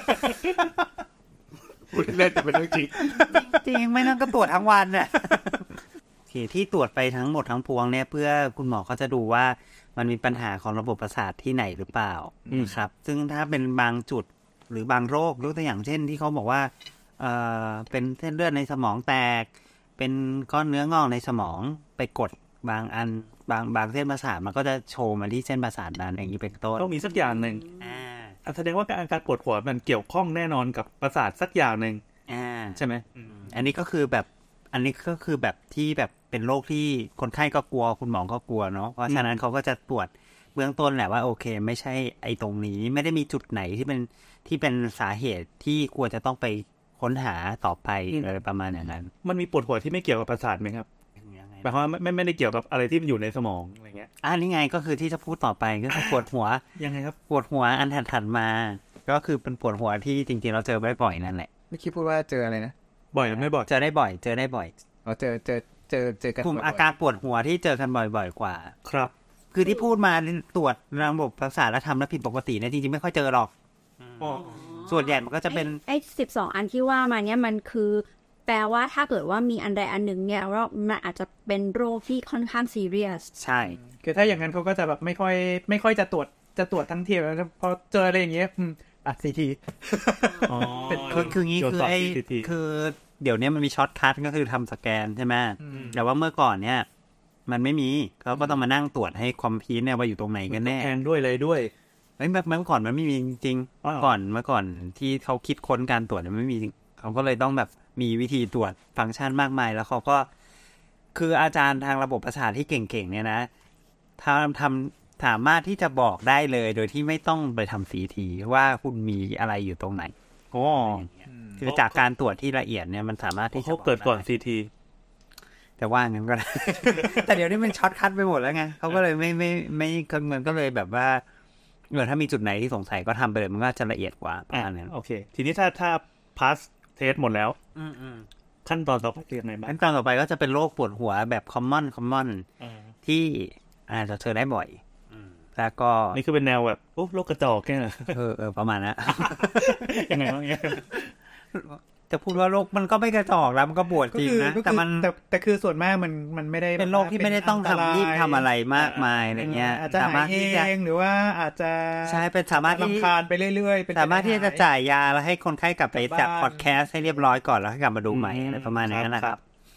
พูดเล่นแต่เป็นเรื่องจริงจริงไม่นั่นก็ตรวจทั้งวันเนี่ยโอเคที่ตรวจไปทั้งหมดทั้งพวงเนี่ยเพื่อคุณหมอเขาจะดูว่ามันมีปัญหาของระบบประสาทที่ไหนหรือเปล่าครับซึ่งถ้าเป็นบางจุดหรือบางโรคยกตัวอย่างเช่นที่เขาบอกว่าเอ่อเป็นเส้นเลือดในสมองแตกเป็นก้อนเนื้องอกในสมองไปกดบางอันบางบางเส้นประสาทมันก็จะโชว์มาที่เส้นประสาทนั้นอย่างนี้เป็นต้นต้องมีสักอย่างหนึ่งอ่าอ่ะแสดงว่าการการปวดหัวมันเกี่ยวข้องแน่นอนกับประสาทสักอย่างหนึ่งอ่าใช่ไหมอันนี้ก็คือแบบอันนี้ก็คือแบบที่แบบเป็นโรคที่คนไข้ก็กลัวคุณหมอก็กลัวเนาะเพราะฉะนั้นเขาก็จะตรวจเบื้องต้นแหละว่าโอเคไม่ใช่ไอ้ตรงนี้ไม่ได้มีจุดไหนที่เป็นที่เป็นสาเหตุที่ควรจะต้องไปค้นหาต่อไปอะไรประมาณอย่างนั้นมันมีปวดหัวที่ไม่เกี่ยวกับประสาทไหมครับหมายความว่าไม่ไม่ไม่ได้เกี่ยวกับอะไรที่อยู่ในสมองอะไรเงี้ยอ่านี่ไงก็คือที่จะพูดต่อไปก็คือปวดหัวยังไงครับปวดหัวอันถัดๆมา ก็คือเป็นปวดหัวที่จริงๆเราเจอบ่อยๆนั่นแหละไม่คิดพูดว่าเจออะไรนะบ่อยหรือไม่บ่อยเจอได้บ่อยเจอได้บ่อยอ๋อเจอเจอเจอเจอกันกลุ่มอาการปวดหัวที่เจอกันบ่อยๆกว่าครับคือที่พูดมาตรวจระบบประสาทและทำแล้วผิดปกติเนี่ยจริงๆไม่ค่อยเจอหรอกอ๋อส่วนใหญ่มันก็จะเป็นไอ้สิบสองอันที่ว่ามาเนี่ยมันคือแปลว่าถ้าเกิดว่ามีอันใดอันหนึ่งเนี่ยว่ามันอาจจะเป็นโรคที่ค่อนข้างซีเรียสใช่คือถ้าอย่างนั้นเขาก็จะแบบไม่ค่อยไม่ค่อยจะตรวจจะตรวจทั้งทีแล้วพอเจออะไรอย่างเงี้ยอืมอัดซีทีอ๋อคือคืองี้ตรวจคือสบไอ้ทีทีคือเดี๋ยวนี้มันมีช็อตคัทก็คือทำสแกนใช่ไหมแต่ว่าเมื่อก่อนเนี่ยมันไม่มีเขาก็ต้องมานั่งตรวจให้คอมพิวเนี่ยว่าอยู่ตรงไหนกันแน่แพงด้วยเลยด้วยเฮ้ยเมื่อก่อนมันไม่มีจริงอ้าวๆก่อนเมื่อก่อนที่เขาคิดค้นการตรวจเนี่ยไม่มีจริงเขาก็เลยต้องแบบมีวิธีตรวจฟังก์ชันมากมายแล้วเขาก็คืออาจารย์ทางระบบประสาทที่เก่งๆเนี่ยนะทำทำสามารถที่จะบอกได้เลยโดยที่ไม่ต้องไปทำซีทีว่าคุณมีอะไรอยู่ตรงไหนอ๋อคือจากการตรวจที่ละเอียดเนี่ยมันสามารถที่จะเขาเกิดก่อนบซีทีแต่ว่างั้นก็ได้ แต่เดี๋ยวนี้มันช็อตคัทไปหมดแล้วไงเขาก็เลยไม่ไม่ไม่มันก็เลยแบบว่าเออถ้ามีจุดไหนที่สงสัยก็ทำไปเลยมันก็จะละเอียดกว่าประมาณนั้นโอเค ทีนี้ถ้าถ้า pass test หมดแล้วอืมอืมขั้นตอนต่อไปเป็นยังไงบ้างขั้นตอนต่อไปก็จะเป็นโรคปวดหัวแบบ common common ที่อาจจะเจอได้บ่อยแล้วก็นี่คือเป็นแนวแบบโอ้โรคกระจอกแค่ไหนเออเออประมาณนั้นยังไงบ้างเนี่ยจะพูดว่าโรคมันก็ไม่กระจอกแล้วมันก็ปวดก็จริงคือนะก็คือแต่มันแต่แต่คือส่วนมากมันมันไม่ได้เป็นโรคที่ไม่ได้ต้องทำรีบทำอะไรมากมายอะไรเงี้ยอาจจะสาหามาย รถเอที่จะงหรือว่าอาจจะใช่เป็นสามารถที่รำคาญไปเรื่อยๆเป็นสามารถที่จะจ่ายยาแล้วให้คนไข้กลับไปจัดบ้านพอดแคสต์ให้เรียบร้อยก่อนแล้วให้กลับมาดูใหม่อะไรประมาณนั้นนะครับ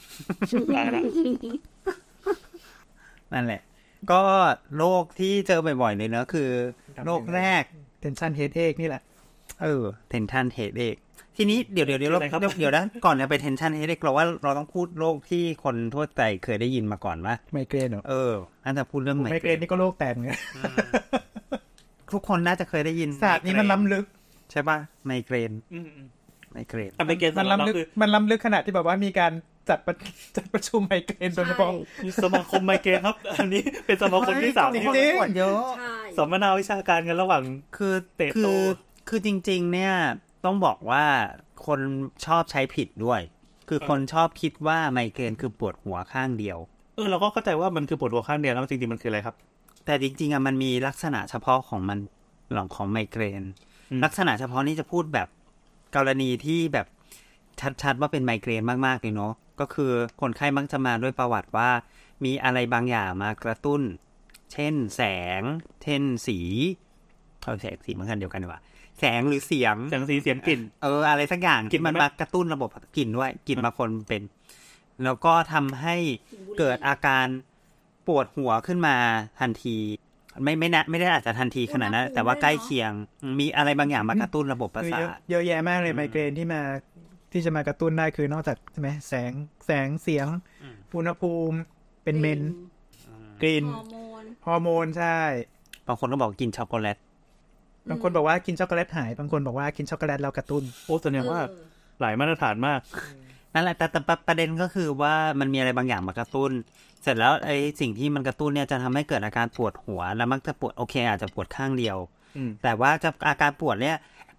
นั่นแหละ ก็โรคที่เจอบ่อยๆเลยเนอะคือโรคแรกเทนชันเฮดเอกนี่แหละเออ tension headache ทีนี้เดี๋ยวเดี๋ยวเดี๋ยวเราเดี๋ยวเดี๋ยวนะก่อนจะไป tension headache เราว่าเราต้องพูดโรคที่คนทั่วไปเคยได้ยินมาก่อนว่าไมเกรนเหรอเออน่าจะพูดเรื่องไมไมเกรนนี่ก็โรคแตกเหมือนกันทุกคนน่าจะเคยได้ยินศาสตร์นี้มันล้ำลึกใช่ป่ะไมเกรนอืมไมเกรนๆอ่ะไปเกณฑ์มันล้ำลึกมันล้ำลึกขนาดที่แบบว่ามีการจัดประจัดประชุมไมเกรนโดยเฉพาะมีสมาคมไมเกรนครับ อันนี้เป็นสมาคมที่สามจริงคนปวดเยอะใช่สัมมนาวิชาการกันระหว่างคือเตะคืโต้อคือจริง ๆ เนี่ยต้องบอกว่าคนชอบใช้ผิดด้วย คือคนชอบคิดว่าไมเกรนคือปวดหัวข้างเดียวเออเราก็เข้าใจว่ามันคือปวดหัวข้างเดียวแล้วจริงๆมันคืออะไรครับแต่จริงๆอ่ะมันมีลักษณะเฉพาะของมันหลองของไมเกรนอืมลักษณะเฉพาะนี้จะพูดแบบกรณีที่แบบชัดๆว่าเป็นไมเกรนมากๆเลยเนาะก็คือคนไข้มักจะมาด้วยประวัติว่ามีอะไรบางอย่างมากระตุ้น เช่นแสงเช่นสีเอาแสงสีเหมือนกันเดียวกันดีกว่าแสงหรือเสียงเสียงสีเสียงกลิ่นเอออะไรสักอย่างกลิ่ที่นมันไหมมากระตุ้นระบบกลิ่นด้วยกลิ่นบางคนเป็น แล้วก็ทำให้เกิดอาการปวดหัวขึ้นมาทันที ไม่ไม่นะไม่ได้อาจจะทันทีขนาดนั้นแต่ว่าใกล้เคียงมีอะไรบางอย่างมากระตุ้นระบบประคือสาเยอะทเยอะแยะมากเลยไมเกรนที่มาที่จะมากระตุ้นได้คือนอกจากใช่ไหมแสงแสงเสียงอุณหภูมิเป็นเมนกลิ่นฮอร์โมนฮอร์โมนใช่บางคนก็บอกกินช็อกโกแลตบางคนบอกว่ากินช็อกโกแลตหายบางคนบอกว่ากินช็อกโกแลตแล้วกระตุ้นโอ้แสดงว่าหลายมาตรฐานมากนั่นแหละแต่แต่แต่ประเด็นก็คือว่ามันมีอะไรบางอย่างมากระตุ้น เสร็จแล้วไอ้สิ่งที่มันกระตุ้นเนี่ยจะทำให้เกิดอาการปวดหัวแล้วมักจะปวดโอเคอาจจะปวดข้างเดียวอืมแต่ว่าจะอาการปวดเนี่ย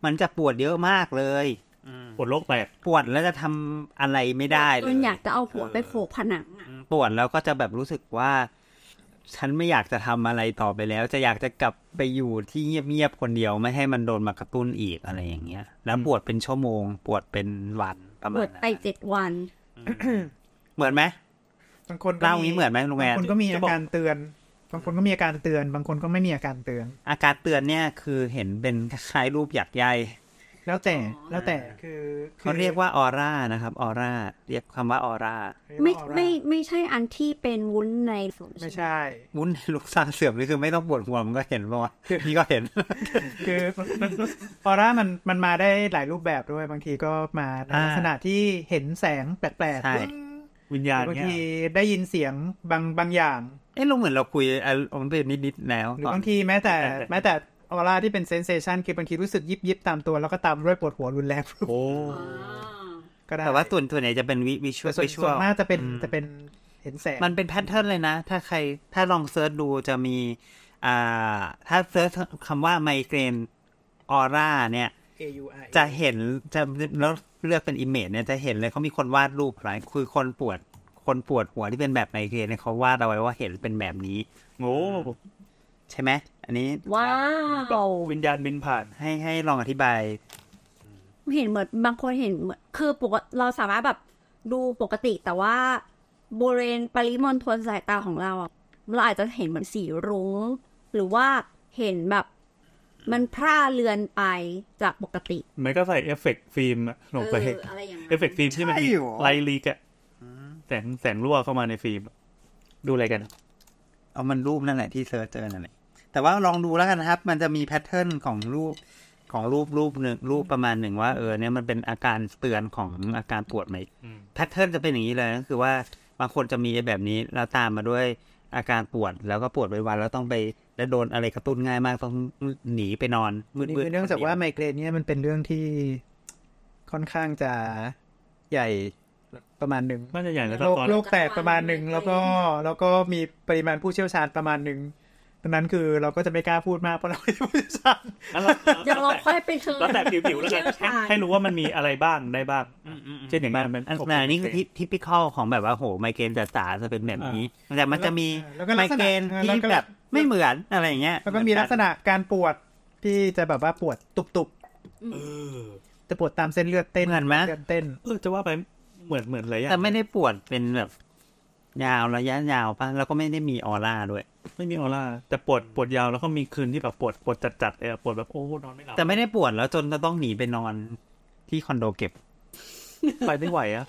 มันจะปวดเยอะมากเลยปวดโรคแตกปวดแล้วจะทำอะไรไม่ได้เลยจนอยากจะเอาหัวไปโขกผนังปวดแล้วก็จะแบบรู้สึกว่าฉันไม่อยากจะทำอะไรต่อไปแล้วจะอยากจะกลับไปอยู่ที่เงียบๆคนเดียวไม่ให้มันโดนมากระตุ้นอีกอะไรอย่างเงี้ยแล้วปวดเป็นชั่วโมงปวดเป็นวันประมาณปวดไปเจ็ดวันเหมือนไหมบางคนเล่างี้เหมือนไหมลุงแอนบางคนก็มีอาการเตือนบางคนก็มีอาการเตือนบางคนก็ไม่มีอาการเตือนอาการเตือนเนี่ยคือเห็นเป็นคล้ายรูปหยักใยแล้วแต่แล้วแต่คือเขาเรียกว่าออร่านะครับออร่าเรียกคำว่าออร่าไม่ไม่ไม่ใช่อันที่เป็นวุ้นในไม่ใช่วุ้นลูกตาเสื่อมนี่คือไม่ต้องปวดหัวมันก็เห็นป่ะนี่ก็เห็นคือออร่ามันมันมาได้หลายรูปแบบด้วยบางทีก็มาในลักษณะที่เห็นแสงแปลกๆวิญญาณบางทีได้ยินเสียงบางบางอย่างเอ๊ะเราเหมือนเราคุยอารมณ์เป็นนิดๆแล้วหรือบางทีแม้แต่แม้แต่ออร่าที่เป็นเซนเซชันคือบางทีรู้สึกยิบยิบตามตัวแล้วก็ตามด้วยปวดหัวรุนแรงโอ้ก็ได้แต่ว่าส่วนตัวไหนจะเป็นวิวิชวลวิชวลมากจะเป็นจะเป็นเห็นแสงมันเป็นแพทเทิร์นเลยนะถ้าใครถ้าลองเซิร์ชดูจะมีอ่าถ้าเซิร์ชคำว่าไมเกรนออร่าเนี่ยจะเห็นจะแล้วเลือกเป็นอิมเมจเนี่ยจะเห็นเลยเขามีคนวาดรูปหลายคือคนปวดคนปวดหัวที่เป็นแบบไมเกรนเนี่ยเขาวาดเอาไว้ว่าเห็นเป็นแบบนี้โอ้ใช่ไหมอันนี้ว้าววิญญาณบินผ่านให้ให้ลองอธิบายเห็นเหมือนบางคนเห็นเหมือนคือปกติเราสามารถแบบดูปกติแต่ว่าบริเวณปริมณฑลสายตาของเราอ่ะเราอาจจะเห็นเหมือนสีรุ้งหรือว่าเห็นแบบมันพร่าเลือนไปจากปกติไม่ก็ใส่เอฟเฟกต์ฟิล์มลงไปเอฟเฟกต์ฟิล์มที่มันไลท์ลีกอะแสงแสงรั่วเข้ามาในฟิล์มดูอะไรกันเอามันรูปนั่นแหละที่เซิร์ชเจอนั่นแหละแต่ว่าลองดูแล้วกันนะครับมันจะมีแพทเทิร์นของรูปของรูปรูปหนึ่งรูปประมาณหนึ่งว่าเออเนี่ยมันเป็นอาการเตือนของอาการปวดไหมแพทเทิร์นจะเป็นอย่างนี้เลยก็คือว่าบางคนจะมีแบบนี้แล้วตามมาด้วยอาการปวดแล้วก็ปวดไปวันแล้วต้องไปแล้วโดนอะไรกระตุ้นง่ายมากต้องหนีไปนอนมืดๆเนื่องจากว่าไมเกรนเนี่ยมันเป็นเรื่องที่ค่อนข้างจะใหญ่ประมาณหนึ่งน่าจะใหญ่แล้วโรคแตกประมาณหนึ่งแล้วก็แล้วก็มีปริมาณผู้เชี่ยวชาญประมาณหนึ่งดังนั้นคือเราก็จะไม่กล้าพูดมากเพราะเราไม่ใช่ผู้เชี่ยวชาญเดี๋ยวเราค่อยไปเชิญแล้วแต่ผิวๆแล้วกันให้รู้ว่ามันมีอะไรบ้างได้บ้างเช่นอย่างนั้นมันอันนี้คือทิปิคอลของแบบว่าโหไมเกรนจ๋าๆจะเป็นแบบนี้แต่มันจะมีไมเกรนที่แบบไม่เหมือนอะไรอย่างเงี้ยแล้วก็มีลักษณะการปวดที่จะแบบว่าปวดตุบๆเออจะปวดตามเส้นเลือดเต้นเหมือนไหมเต้นเออจะว่าไปเหมือนเหมือนเลยแต่ไม่ได้ปวดเป็นแบบยาวระยะยาวป่ะแล้วก็ไม่ได้มีออร่าด้วยไม่มีออร่าแต่ปวดปวดยาวแล้วก็มีคืนที่แบบปวดปวดจัดๆเลยปวดแบบโอ้นอนไม่หลับแต่ไม่ได้ปวดแล้วจนจะต้องหนีไปนอนที่คอนโดเก็บไปไม่ไหวอะ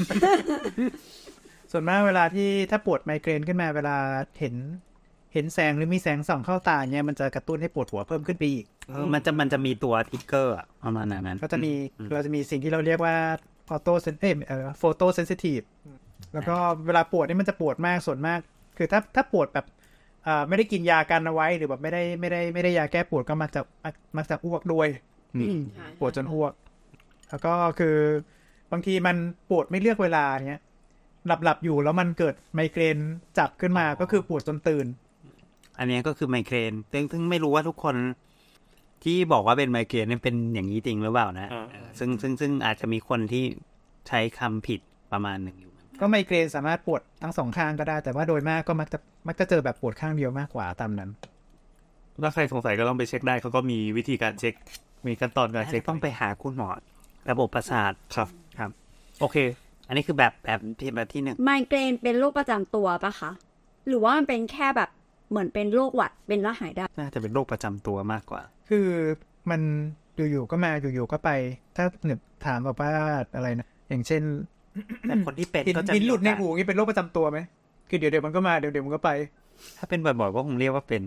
ส่วนมากเวลาที่ถ้าปวดไมเกรนขึ้นมาเวลาเห็นเห็นแสงหรือมีแสงส่องเข้าตาเนี่ยมันจะกระตุ้นให้ปวดหัวเพิ่มขึ้นไปอีกมันจะมันจะมีตัวทิกเกอร์ประมาณนั้นก็จะมีเราจะมีสิ่งที่เราเรียกว่าฟอโตเซนเอ่อโฟโตเซนซิทีฟแล้วก็เวลาปวดนี่มันจะปวดมากส่วนมากคือถ้าถ้าปวดแบบอ่าไม่ได้กินยากันเอาไว้หรือแบบไม่ได้ไม่ได้ไม่ได้ยาแก้ปวดก็มักจะมักจะอ้วกด้วยปวดจนอ้วกแล้วก็คือบางทีมันปวดไม่เลือกเวลาเนี้ยหลับหลับอยู่แล้วมันเกิดไมเกรนจับขึ้นมาก็คือปวดจนตื่นอันนี้ก็คือไมเกรนซึ่งซึ่งไม่รู้ว่าทุกคนที่บอกว่าเป็นไมเกรนนี่เป็นอย่างนี้จริงหรือเปล่านะซึ่งซึ่งซึ่งอาจจะมีคนที่ใช้คำผิดประมาณหนึ่งอยู่ก็ไมเกรนสามารถปวดทั้งสองข้างก็ได้แต่ว่าโดยมากก็มักจะมักจะเจอแบบปวดข้างเดียวมากกว่าตามนั้นถ้าใครสงสัยก็ต้องไปเช็คได้เขาก็มีวิธีการเช็คมีขั้นตอนการเช็คต้องไปหาคุณหมอระบบประสาทครับครับโอเคอันนี้คือแบบแบบที่แบบที่หนึ่งไมเกรนเป็นโรคประจำตัวปะคะหรือว่ามันเป็นแค่แบบเหมือนเป็นโรคหวัดเป็นแล้วหายได้น่าจะเป็นโรคประจำตัวมากกว่าคือมันอยู่ๆก็มาอยู่ๆก็ไปถ้าเนี่ยถามแบบว่าอะไรนะอย่างเช่นแต่คนที่เป็นก็จะหินหลุดในหูนี่เป็นโรคประจำตัวไหมคือเดี๋ยวเดี๋ยวมันก็มาเดี๋ยวเดี๋ยวมันก็ไปถ้าเป็นบ่อยๆก็คงเรียกว่าเป็น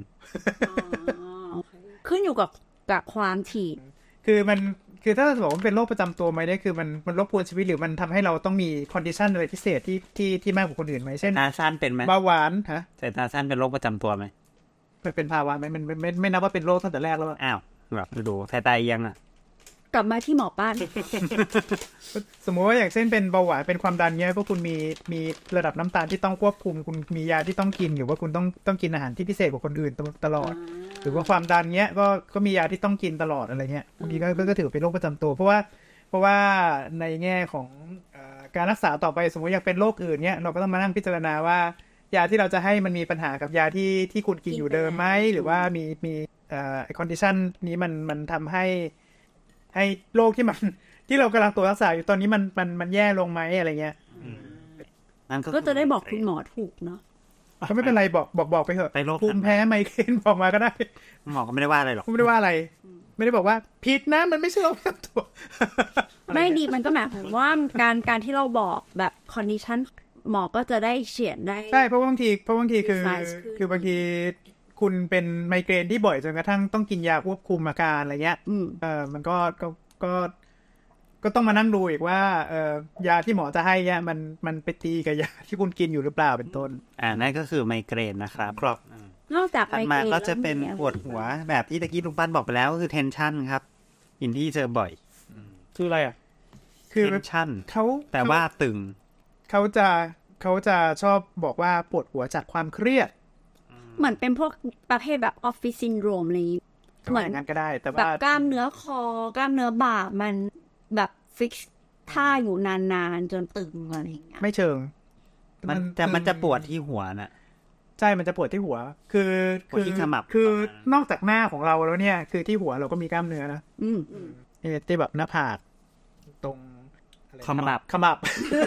ขึ้นอยู่กับกับความถี่คือมันคือถ้าบอกว่าเป็นโรคประจำตัวไหมได้คือมันมันรบกวนชีวิตหรือมันทำให้เราต้องมีคอนดิชันอะไรพิเศษที่ที่ที่มากกว่าคนอื่นไหมเช่นตาสั้นเป็นไหมเบาหวานฮะสายตาสั้นเป็นโรคประจำตัวไหมเป็นภาวะไหมมันไม่ไม่นับว่าเป็นโรคตั้งแต่แรกแล้วอ้าวแบบดูสายตาเอียงอ่ะกลับมาที่หมอป้านสมมติว่าอย่างเช่นเป็นเบาหวานเป็นความดันเนี้ยพวกคุณมีมีระดับน้ำตาลที่ต้องควบคุมคุณมียาที่ต้องกินหรือว่าคุณต้องต้องกินอาหารที่พิเศษกว่าคนอื่นตลอดหรือว่าความดันเนี้ยก็ก็มียาที่ต้องกินตลอดอะไรเงี้ยบางทีก็ก็ถือเป็นโรคประจำตัวเพราะว่าเพราะว่าในแง่ของเอ่อการรักษาต่อไปสมมติอยากเป็นโรคอื่นเนี้ยเราก็ต้องมานั่งพิจารณาว่ายาที่เราจะให้มันมีปัญหากับยาที่ที่คุณกินอยู่เดิมไหมหรือว่ามีมีเอ่อคอนดิชันนี้มันมันทำให้ให้โรคที่มันที่เรากำลังตัวรักษาอยู่ตอนนี้มันมันมันแย่ลงไหมอะไรเงี้ยนั่นก็จะได้บอกคุณหมอถูกเนาะก็ไม่เป็นไรบอกบอกบอกไปเถอะไปโรคภูมิแพ้ไมเกรนบอกมาก็ได้หมอก็ไม่ได้ว่าอะไรหรอกไม่ได้ว่าอะไร ไม่ได้บอกว่าผิดนะมันไม่ใช่โรคประจำตัวไม่ดีมันก็หมายความว่าการการที่เราบอกแบบคอนดิชันหมอก็จะได้เขียนได้ใช่เพราะบางทีเพราะบางทีคือ Precise ขึ้นคือบางทีคุณเป็นไมเกรนที่บ่อยจนกระทั่งต้องกินยาควบคุมอาการอะไรเงี้ยอืมเออมันก็ก็ก็ก็ต้องมานั่งดูอีกว่าเออยาที่หมอจะให้เนี่ยมันมันไปตีกับยาที่คุณกินอยู่หรือเปล่าเป็นต้นอ่านั่นก็คือไมเกรนนะครับครับนอกจากถัดไมมาเกรนก็จะเป็นแล้วมีปวดหัวแบบที่ตะกี้ลุงปั้นบอกไปแล้วก็คือ tension ครับอินที่เจอบ่อยคืออะไรอ่ะคือ tension เขาแต่ว่าตึงเขาจะเขาจะชอบบอกว่าปวดหัวจากความเครียดเหมือนเป็นพวกประเภทแบบออฟฟิศซินโดรมอะไรอย่างงี้เหมือนอย่างนั้นก็ได้ แต่แบบว่ากล้ามเนื้อคอกล้ามเนื้อบ่ามันแบบฟิกท่าอยู่นานๆจนตึงอะไรอย่างเงี้ยไม่เชิงมันแต่มันจะปวดที่หัวน่ะใช่มันจะปวดที่หัว คือปวดที่ขมับคือประมาณนอกจากหน้าของเราแล้วเนี่ย คือที่หัวเราก็มีกล้ามเนื้อนะอืมนี่ที่แบบหน้าผากตรงอะไรขมับขมับ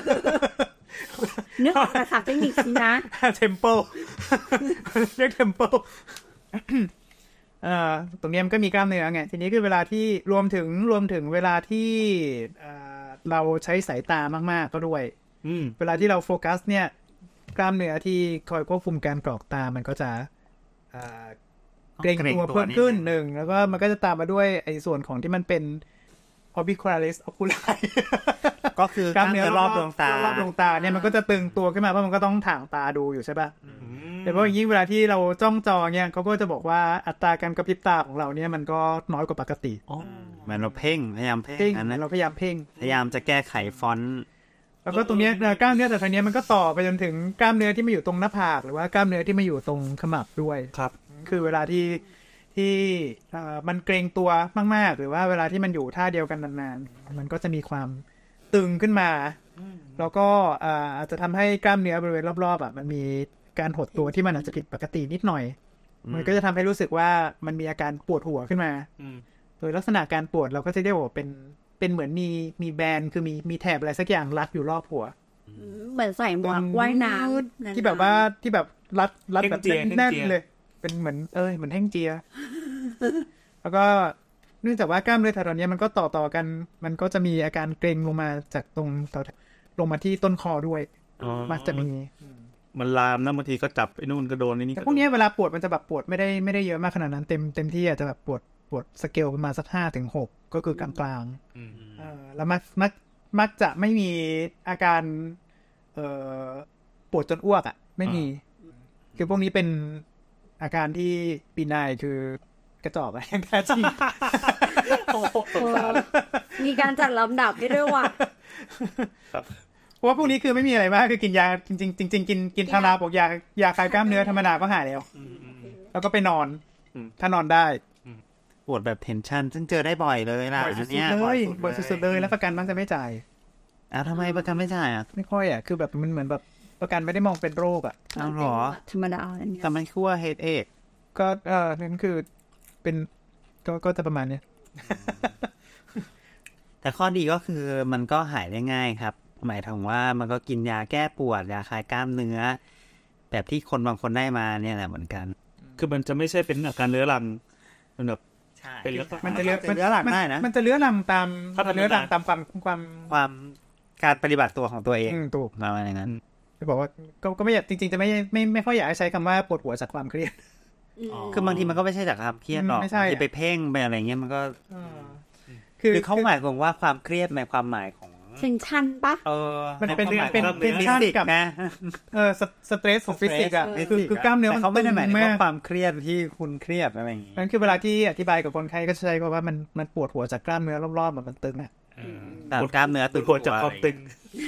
นึกออกภาษาเทคนิคสินะเทมเปิลเรียกเทมเปิลเอ่อตรงเนี้ยมันก็มีกล้ามเนื้อไงทีนี้คือเวลาที่รวมถึงรวมถึงเวลาที่เอ่อเราใช้สายตามากๆก็ด้วยอืมเวลาที่เราโฟกัสเนี่ยกล้ามเนื้อที่คอยควบคุมการกรอกตามันก็จะเอ่อเกร็งตัวเพิ่มขึ้นหนึ่งแล้วก็มันก็จะตามมาด้วยไอ้ส่วนของที่มันเป็น orbicularis oculi ก็คือกล้ามเนื้อรอบดวงตารอบดวงตาเนี่ยมันก็จะตึงตัวขึ้นมาเพราะมันก็ต้องถ่างตาดูอยู่ใช่ป่ะแต่เพราะอย่างยิ่งเวลาที่เราจ้องจอเนี่ยเขาก็จะบอกว่าอัตราการกระพริบตาของเราเนี่ยมันก็น้อยกว่าปกติเหมือนเราเพ่งพยายามเพ่เพ่งงอันนั้นเราพยายามเพ่งพยายามจะแก้ไขฟอนต์แล้วก็ตรงเนี้ยเอ่อกล้ามเนื้อแต่ทางเนี้ยมันก็ต่อไปจนถึงกล้ามเนื้อที่มาอยู่ตรงหน้าผากหรือว่ากล้ามเนื้อที่มาอยู่ตรงขมับด้วยครับคือเวลาที่ที่เอ่อมันเกรงตัวมากๆ หรือว่าเวลาที่มันอยู่ท่าเดียวกันนานๆมันก็จะมีความตึงขึ้นมาแล้วก็เอ่ออาจจะทำให้กล้ามเนื้อบริเวณรอบๆอ่ะมันมีการหดตัวที่มันอาจจะผิดปกตินิดหน่อย มันก็จะทำให้รู้สึกว่ามันมีอาการปวดหัวขึ้นมาอืมโดยลักษณะการปวดเราก็จะเรียกว่าเป็นเป็นเหมือนมีมีแบนคือมีมีแถบอะไรสักอย่างรัดอยู่รอบหัวเหมือนใส่หมวกว่ายน้ำที่แบบว่าที่แบบรัดรัดแบบแห้งเจียแน่นแห้งเจียๆเลย เป็นเหมือนเอ้ยเหมือนแห้งเจีย แล้วก็เนื่องจากว่ากล้ามเนื้อแถวๆเนี้ยมันก็ต่อต่อกัน มันก็จะมีอาการเกร็งลงมาจากตรงต่อลงมาที่ต้นคอด้วยอ๋อมักจะมีมันลามนะบางทีก็จับไอ้นู่นก็โดนไอ้นี่แต่ก็พวกเนี้ยเวลาปวดมันจะแบบปวดไม่ได้ไม่ได้เยอะมากขนาดนั้นเต็มเต็มที่อาจจะแบบปวดปวดสเกลประมาณสักห้าถึงหกก็คือกลางๆอืมเอ่อแล้วมักมักมักจะไม่มีอาการเอ่อปวดจนอ้วกอ่ะ ไม่มี คือพวกนี้เป็นอาการที่ปีนายคือกระจอกอะอย่างแท้จริงโอ้มีการจัดลำดับได้ด้วยว่ะเพราะว่าพวกนี้คือไม่มีอะไรมากคือกินยาจริงๆจริงๆกินกินทาราบอกยายาคลายกล้ามเนื้อธรรมดาก็หายแล้ว แล้วก็ไปนอน ถ้านอนได้ปวดแบบ tension ซึ่งเจอได้บ่อยเลยล่ะบ่อยอัสุนดเนี้ยๆเลยบ่อยสุดๆเลยแล้วประกันมักจะไม่จ่ายอ้าวทำไมประกันไม่จ่ายอ่ะไม่ค่อยอ่ะคือแบบมันเหมือนแบบประกันไม่ได้มองเป็นโรคอ่ะอ้าวเหรอธรรมดาอะไรเงี้ยแต่มันคือว่า headache ก็เออนั่นคือเป็นก็ก็จะประมาณเนี้ยแต่ข้อดีก็คือมันก็หายได้ง่ายครับ หมายถึงว่ามันก็กินยาแก้ปวดยาคลายกล้ามเนื้อ แบบที่คนบางคนได้มาเนี่ยแหละเหมือนกันคือมันจะไม่ใช่เป็นอาการเรื้อรังมันแบบใช่เป็นเรื้อมันจะเลื้อเป็นเรื้อรังได้นะมันจะเลื้อรังตามพัฒนาเลื้อรังตามความความความการปฏิบัติตัวของตัวเองอืมถูกประมาณอย่างนั้นจะบอกว่าก็ก็ไม่อยากจริงๆจะไม่ไม่ไม่ค่อยอยากให้ใช้คำว่าปวดหัวจากความเครียดคือบางทีมันก็ไม่ใช่จากความเครียดหรอกไม่ใช่อะที่ไปเพ่งไปอะไรเงี้ยมันก็คือคือเขาหมายความว่าความเครียดในความหมายของเซนชันปะเออมันเป็นใความหายเป็นของเป็นฟิชาติสิกกับส์นะเออสเตรสของฟิสิกส์อ่ะฟิคือสิส์คือกล้ามเนื้อแต่มันเขาไม่ได้หมายถึงตึว่าง ความเครียดที่คุณเครียดอะไรอย่างงี้นั่นคือเวลาที่อธิบายกับคนไข้ก็จะใช้คำว่ามันมันปวดหัวจากกล้ามเนื้อรอบๆมันตึงอ่ะแต่กล้ามเนื้อตึตึงงปวดจากความตึง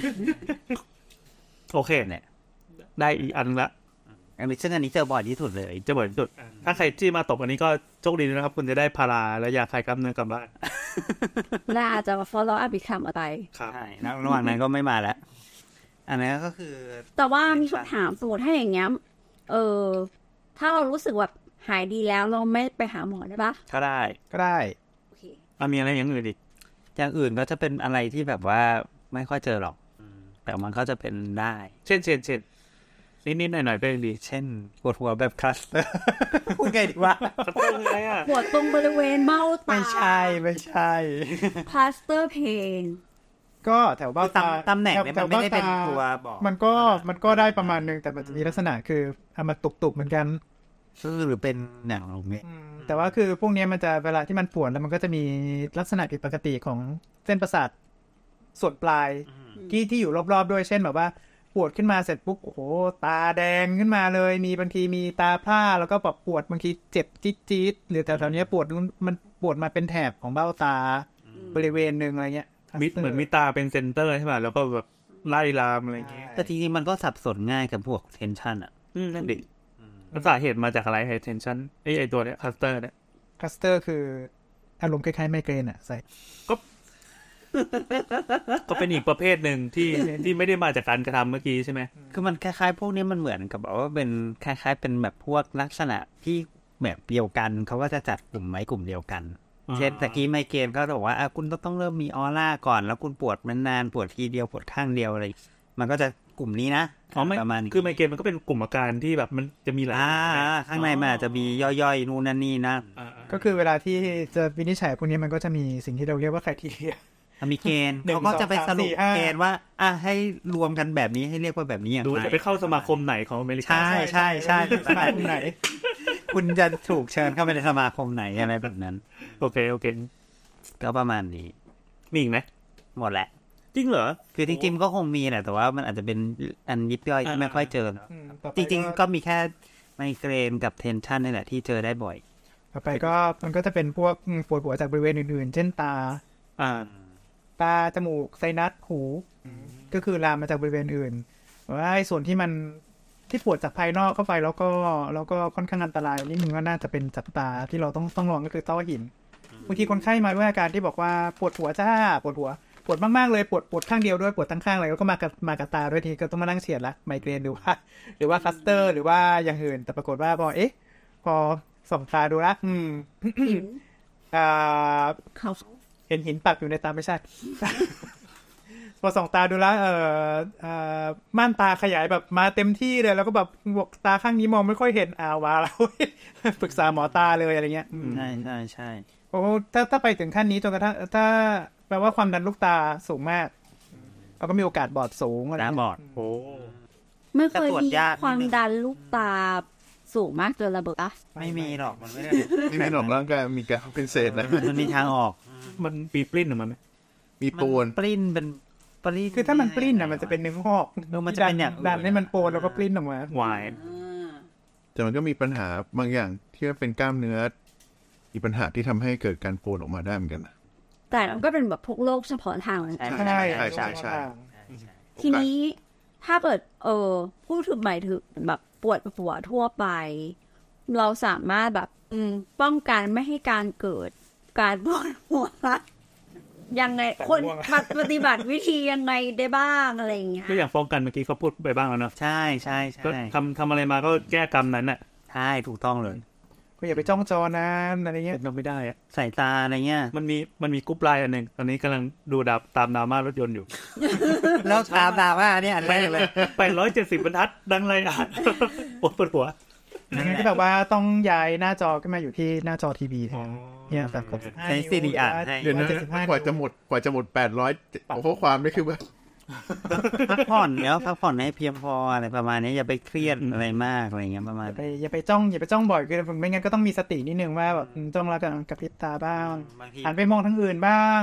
โอเคเนี่ยได้อีกอันละอันนี้ซึ่งอันนี้เจอบ่อยที่สุดเลยจะบ่อยที่สุดถ้าใครจี้มาตบอันนี้ก็โชคดีนะครับคุณจะได้พาราและยาคลายกล้ามเนื้อกลับบ้านและอาจจะ follow up อีกคำอะไรครับใช่แล้วระหว่างนั้นก็ไม่มาแล้ว อันนี้ก็คือแต่ว่ามีคำถามสมมติถ้าอย่างเงี้ยเออถ้าเรารู้สึกแบบหายดีแล้วเราไม่ไปหาหมอได้ปะก็ได้ก็ได้โอเคอ่ะมีอะไรอย่างอื่นอีกอย่างอื่นก็จะเป็นอะไรที่แบบว่าไม่ค่อยเจอหรอก แต่มันก็จะเป็นได้เช่นเช่นเช่นนิดๆหน่อยๆเป็นดีเช่นปวดหัวแบบคลัสเตอร์ พูดไงดีวะเขาเป็นไงอ่ะปวดตรงบริเวณเบ้าตาไม่ใช่ไม่ใช่ cluster pain ก็แถวเบ้าตาตำแหน่งเนี่ยมันไม่ได้เป็นตัวบอกมันก็มันก็ได้ประมาณนึงแต่มันจะมีลักษณะคือเอามาตุบๆเหมือนกันคือหรือเป็นหนังตรงนี้แต่ว่าคือพวกนี้มันจะเวลาที่มันปวดแล้วมันก็จะมีลักษณะผิดปกติของเส้นประสาทส่วนปลายที่ที่อยู่รอบๆด้วยเช่นแบบว่าปวดขึ้นมาเสร็จปุ๊บโอ้โหตาแดงขึ้นมาเลยมีบางทีมีตาพร่าแล้วก็แบบปวดบางทีเจ็บจี๊ดๆหรือแถวๆนี้ปวดมันปวดมาเป็นแถบของเบ้าตาบริเวณหนึ่งอะไรเงี้ยมิดเหมือนมิตาเป็นเซนเตอร์ใช่ป่ะแล้วก็แบบไล่ลามอะไรอย่างเงี้ยแต่จริงๆมันก็สับสนง่ายกับพวกเทนชันอ่ะอืมนั่นดิแล้วสาเหตุมาจากอะไรไฮเทนชันไอไอตัวเนี้ยคัสเตอร์เนี่ยคลัสเตอร์คืออารมณ์คล้ายๆไมเกรนอ่ะใส่ก็เป็นอีกประเภทหนึ่งที่ที่ไม่ได้มาจากการกระทำเมื่อกี้ใช่ไหมคือมันคล้ายๆพวกนี้มันเหมือนกับแบบว่าเป็นคล้ายๆเป็นแบบพวกลักษณะที่แบบเดียวกันเขาก็จะจัดกลุ่มไว้กลุ่มเดียวกันเช่นตะกี้ไมเกรนก็บอกว่าอ่ะคุณต้องเริ่มมีออร่าก่อนแล้วคุณปวดมันนานปวดทีเดียวปวดข้างเดียวอะไรมันก็จะกลุ่มนี้นะอ๋อไม่ประมาณนี้คือไมเกรนมันก็เป็นกลุ่มอาการที่แบบมันจะมีหลายอ่าข้างในมันอาจจะมีย่อยๆนู่นนั่นนี่นะอ่าก็คือเวลาที่จะวินิจฉัยพวกนี้มันก็จะมีสิ่งที่เราเรียกว่าไครทีเรียมีเกณฑ์หนึ่งเขาก็จะไปสรุปสองสามสี่ห้าเกณฑ์ว่าอ่ะให้รวมกันแบบนี้ให้เรียกว่าแบบนี้อย่างดูไรจะไปเข้าสมาคมไหนของอเมริกาใช่ใช่ใช่สมัยไหนคุณจะถูกเชิญเข้าไปในสมาคมไหนอะไรแบบนั้นโอเคโอเคก็ประมาณนี้มีอีกไหมหมดแหละจริงเหรอคือจริงๆก็คงมีแหละแต่ว่ามันอาจจะเป็นอันยิบย่อยที่ไม่ค่อยเจออืมต่อไปจริงๆก็มีแค่ไมเกรนกับเทนชันนี่แหละที่เจอได้บ่อยต่อไปก็มันก็จะเป็นพวกอืมปวดหัวจากบริเวณอื่นๆ เช่นตาอ่าตาจมูกไซนัสหูก็คือลามมาจากบริเวณอื่นว่าไอ้ส่วนที่มันที่ปวดจากภายนอกเข้าไปแล้วก็แล้วก็ค่อนข้างอันตรายนิดนึงก็น่าจะเป็นจับตาที่เราต้องต้องลองก็คือต้อหินบางทีคนไข้มาด้วยอาการที่บอกว่าปวดหัวจ้าปวดหัวปวดมากๆเลยปวดปวดข้างเดียวด้วยปวดทั้งข้างเลยแล้วก็มากับมากับตาด้วยทีก็ต้องมานั่งเฉียดละไมเกรนหรือว่าหรือว่าคลัสเตอร์หรือว่าอย่างอื่นแต่ปรากฏว่าพอเอ๊ะพอส่องตาดูละอืม อ่าเขาเห็นหินปักอยู่ในตาไม่ใช่ พอส่องตาดูแล้วเอ่อเอ่อม่านตาขยายแบบมาเต็มที่เลยแล้วก็แบบบอกตาข้างนี้มองไม่ค่อยเห็นอ้าวว้าแล้ว ปรึกษาหมอตาเลยอะไรเงี้ยใช่ใช่ใช่โอ้ถ้าถ้าไปถึงขั้นนี้จนกระทั่งถ้าแปลว่าความดันลูกตาสูงมากเราก็มีโอกาสบอดสูงอะไรตาเงี้ยบอดโอ้ไม่เคยแต่ตรวจมียากนิดนึงความดันลูกตาสูงมากจนระเบิดอะไม่มีหรอกมันไม่ได้ไม่มีหนอกร่างกายมีการเป็นเศษนะมันมีทางออกมันปีปลิ้นออกมาไหมมีปูนปลิ้นเป็นปลิ้นคือถ้ามันปลิ้นอ่ะมันจะเป็นเนื้องอกเออมันจะเป็นอย่างอื่นดันให้มันโปนแล้วก็ปลิ้นออกมาวายแต่มันก็มีปัญหาบางอย่างที่ว่าเป็นกล้ามเนื้อมีปัญหาที่ทำให้เกิดการปูนออกมาได้เหมือนกันนะแต่มันก็เป็นแบบพวกโรคเฉพาะทางเหมือนกันใช่ใช่ใช่ใช่ทีนี้ถ้าเกิดเออพูดถึงหมายถึงแบบปวดหัวทั่วไป เราสามารถแบบอืมป้องกันไม่ให้การเกิดการปวดหัวยังไงคนปฏิบัติวิธียังไงได้บ้างอะไรอย่างเงี้ยก็อย่างป้องกันเมื่อกี้เขาพูดไปบ้างแล้วเนาะใช่ใช่ก็ใช่ทำทำอะไรมาก็แก้กรรมนั้นน่ะใช่ถูกต้องเลยก็อย่าไปจ้องจอนานอะไรเงี้ยเราไม่ได้อะสายตาอะไรเงี้ยมันมีมันมีกรุ๊ปไลน์อันหนึ่งตอนนี้กำลังดูดาบตามดราม่ารถยนต์อยู่แล้วตามดาว่าเนี่ยอันแรกเลยแปดร้อยเจ็ดสิบบรรทัดดังไรอ่านปวดปวดหัวอย่างนั้นก็แบบว่าต้องย้ายหน้าจอขึ้นมาอยู่ที่หน้าจอทีวีเนี่ยแบบกดใช้ซีดีอ่านให้เดี๋ยวนะเจ็ดสิบห้ากว่าจะหมดกว่าจะหมดแปดร้อยข้อความนี่คือแบบพักผ่อนเดี๋ยวพักผ่อนให้เพียงพออะไรประมาณนี้อย่าไปเครียดอะไรมากอะไรเงี้ยประมาณอย่าไปอย่าไปจ้องอย่าไปจ้องบ่อยคือไม่งั้นก็ต้องมีสตินิดนึงว่าแบบจ้องแล้วกับกับพริบตาบ้างบางทีหันไปมองทางอื่นบ้าง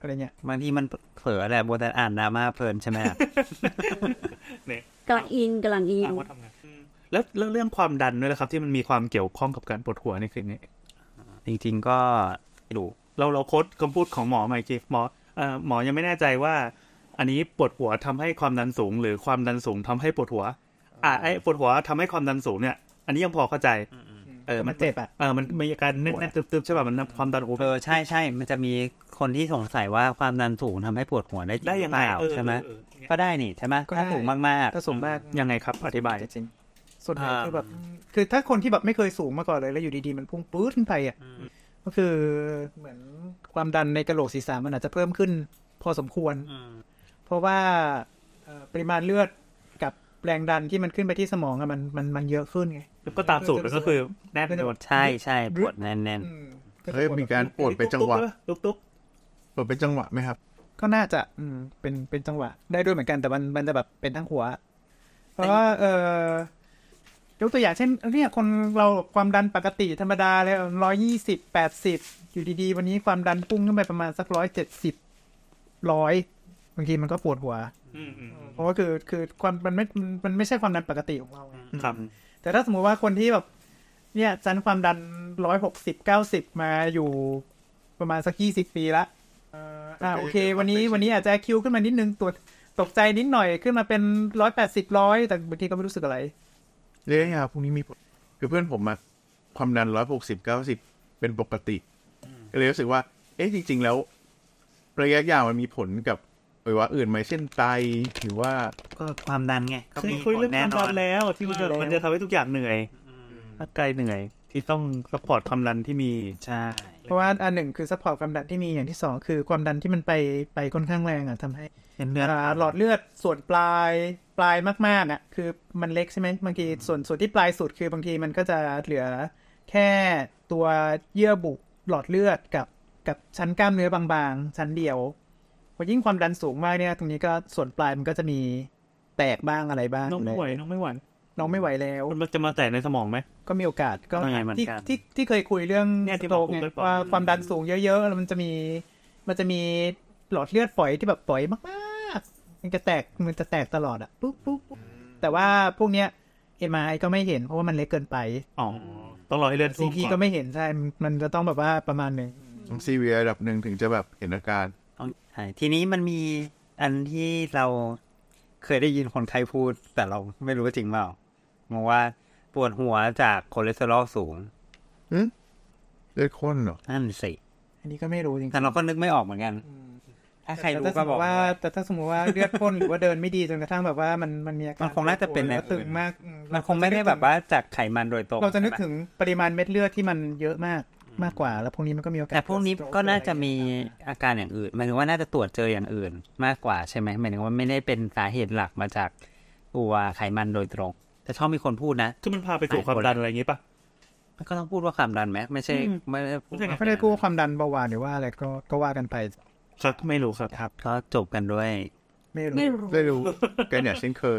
อะไรเงี้ยบางทีมันเผลอแหละบนแต่อ่านดราม่าเพลินใช่ไหมเนี่ยกำลังอินกำลังอินว่าทำงานแล้วเรื่องความดันด้วยนะครับที่มันมีความเกี่ยวข้องกับการปวดหัวในคลิปนี้จริงๆก็ไม่รู้เราเราโค้ดคำพูดของหมอมาอีกทีหมอเอ่อหมอยังไม่แน่ใจว่าอันนี้ปวดหัวทำให้ความดันสูงหรือความดันสูงทำให้ปวดหัวอ่าไอ้ปวดหัวทำให้ความดันสูงเนี่ยอันนี้ยังพอเข้าใจเออมันเจ็บอ่ะเออมันมีอาการแน่นๆตึบๆใช่ป่ะมันความดันเออใช่ใช่มันจะมีคนที่สงสัยว่าความดันสูงทำให้ปวดหัวได้ได้ยังไงใช่ไหมก็ได้นี่ใช่ไหมถ้าสูงมากๆถ้าสูงมากยังไงครับอธิบายจริงส่วนใหญ่คือแบบคือถ้าคนที่แบบไม่เคยสูงมาก่อนเลยแล้วอยู่ดีๆมันพุ่งปื๊ดขึ้นไปอ่ะก็คือเหมือนความดันในกระโหลกศีรษะมันอาจจะเพิ่มขึ้นพอสมควรเพราะว่าปริมาณเลือดกับแรงดันที่มันขึ้นไปที่สมองอะมันมันมันเยอะขึ้นไงแล้วก็ตามสูตรก็คือแน่นปวดใช่ใช่ปวดแน่นแน่นเฮ้ยมีการปวดเป็นจังหวะตุ๊กตุ๊กปวดเป็นจังหวะไหมครับก็น่าจะอืมเป็นเป็นจังหวะได้ด้วยเหมือนกันแต่มันมันจะแบบเป็นทั้งหัวเพราะว่าเออยกตัวอย่างเช่นเนี่ยคนเราความดันปกติธรรมดาเลยร้อยยี่สิบแปดสิบอยู่ดีๆวันนี้ความดันพุ่งขึ้นไปประมาณสักร้อยเจ็ดสิบร้อยบางทีมันก็ปวดหัวเพราะว่าคือคือความมันไม่มันไม่ใช่ความดันปกติของเราครับแต่ถ้าสมมติว่าคนที่แบบเนี่ยจันความดันร้อยหกสิบเก้าสิบมาอยู่ประมาณสักยี่สิบปีละอ่าโอเควันนี้วันนี้อาจจะคิวขึ้นมานิดนึงตัวตกใจนิดหน่อยขึ้นมาเป็นร้อยแปดสิบร้อยแต่บางทีก็ไม่รู้สึกอะไรเรื่องยาพวกนี้มีผลคือเพื่อนผมมาความดันร้อยหกสิบเก้าสิบเป็นปกติก็เลยรู้สึกว่าเอ๊ะจริงๆแล้วระยะยาวมันมีผลกับอวัยวะอื่นไหมเช่นไตหรือว่าก็ความดันไงก็มีคุยเรื่องความดันแล้วที่มันจะมันจะทำให้ทุกอย่างเหนื่อยร่างกายเหนื่อยที่ต้องซัพพอร์ตความดันที่มีใช่เพราะว่าอันหนึ่งคือซัพพอร์ตความดันที่มีอย่างที่สองคือความดันที่มันไปไปค่อนข้างแรงอ่ะทำให้เลือดหลอดเลือดส่วนปลายปลายมากๆอ่ะคือมันเล็กใช่ไหมบางทีส่วนส่วนที่ปลายสุดคือบางทีมันก็จะเหลือแค่ตัวเยื่อบุหลอดเลือดกับกับชั้นกล้ามเนื้อบางๆชั้นเดียวพอยิ่งความดันสูงมากเนี่ยตรงนี้ก็ส่วนปลายมันก็จะมีแตกบ้างอะไรบ้างน้องไม่ไหวน้องไม่ไหวน้องไม่ไหวแล้วมันจะมาแตกในสมองไหมก็มีโอกาสก็ที่ที่ที่เคยคุยเรื่องสโตรกไงว่าความดันสูงเยอะๆแล้วมันจะมีมันจะมีหลอดเลือดฝอยที่แบบฝอยมากๆมันจะแตกมันจะแตกตลอดอ่ะปุ๊บปุ๊บแต่ว่าพวกเนี้ย เอ็ม อาร์ ไอ ก็ไม่เห็นเพราะว่ามันเล็กเกินไปอ๋อต้องรอให้เลือดซี ที ก็ไม่เห็นใช่มันจะต้องแบบว่าประมาณนึงต้องซีเวียระดับนึงถึงจะแบบเห็นอาการใช่ทีนี้มันมีอันที่เราเคยได้ยินคนไข้พูดแต่เราไม่รู้ว่าจริงเปล่ามองว่าปวดหัวจากคอเลสเตอรอลสูงอืมเลือดข้นเหรอนั่นสิอันนี้ก็ไม่รู้จริงแต่เราก็นึกไม่ออกเหมือนกันถ้าใครรู้ก็บอกว่าแต่ถ้าสมมติว่าเลือดข้นหรือว่าเดินไม่ดีจนกระทั่งแบบว่ามันมันมีอาการมันคงน่าจะเป็นตึงมากมันคงไม่ได้แบบว่าจากไขมันโดยตรงเราจะนึกถึงปริมาณเม็ดเลือดที่มันเยอะมากมากกว่าแล้วพวกนี้มันก็มีโอกาสแต่พวกนี้ก็น่าจะมีอาการอย่างอื่นหมายถึงว่าน่าจะตรวจเจออย่างอื่นมากกว่าใช่ไหมหมายถึงว่าไม่ได้เป็นสาเหตุหลักมาจากตัวไขมันโดยตรงแต่ชอบมีคนพูดนะคือมันพาไปสู่ความดันอะไรอย่างงี้ป่ะมันก็ต้องพูดว่าความดันไหมไม่ใช่ไม่ได้ไม่ได้พูดว่าความดันเบาหวานหรือว่าอะไรก็ก็ว่ากันไปครับไม่รู้ครับครับก็จบกันด้วยไม่รู้ไม่รู้กันอย่างเช่นเคย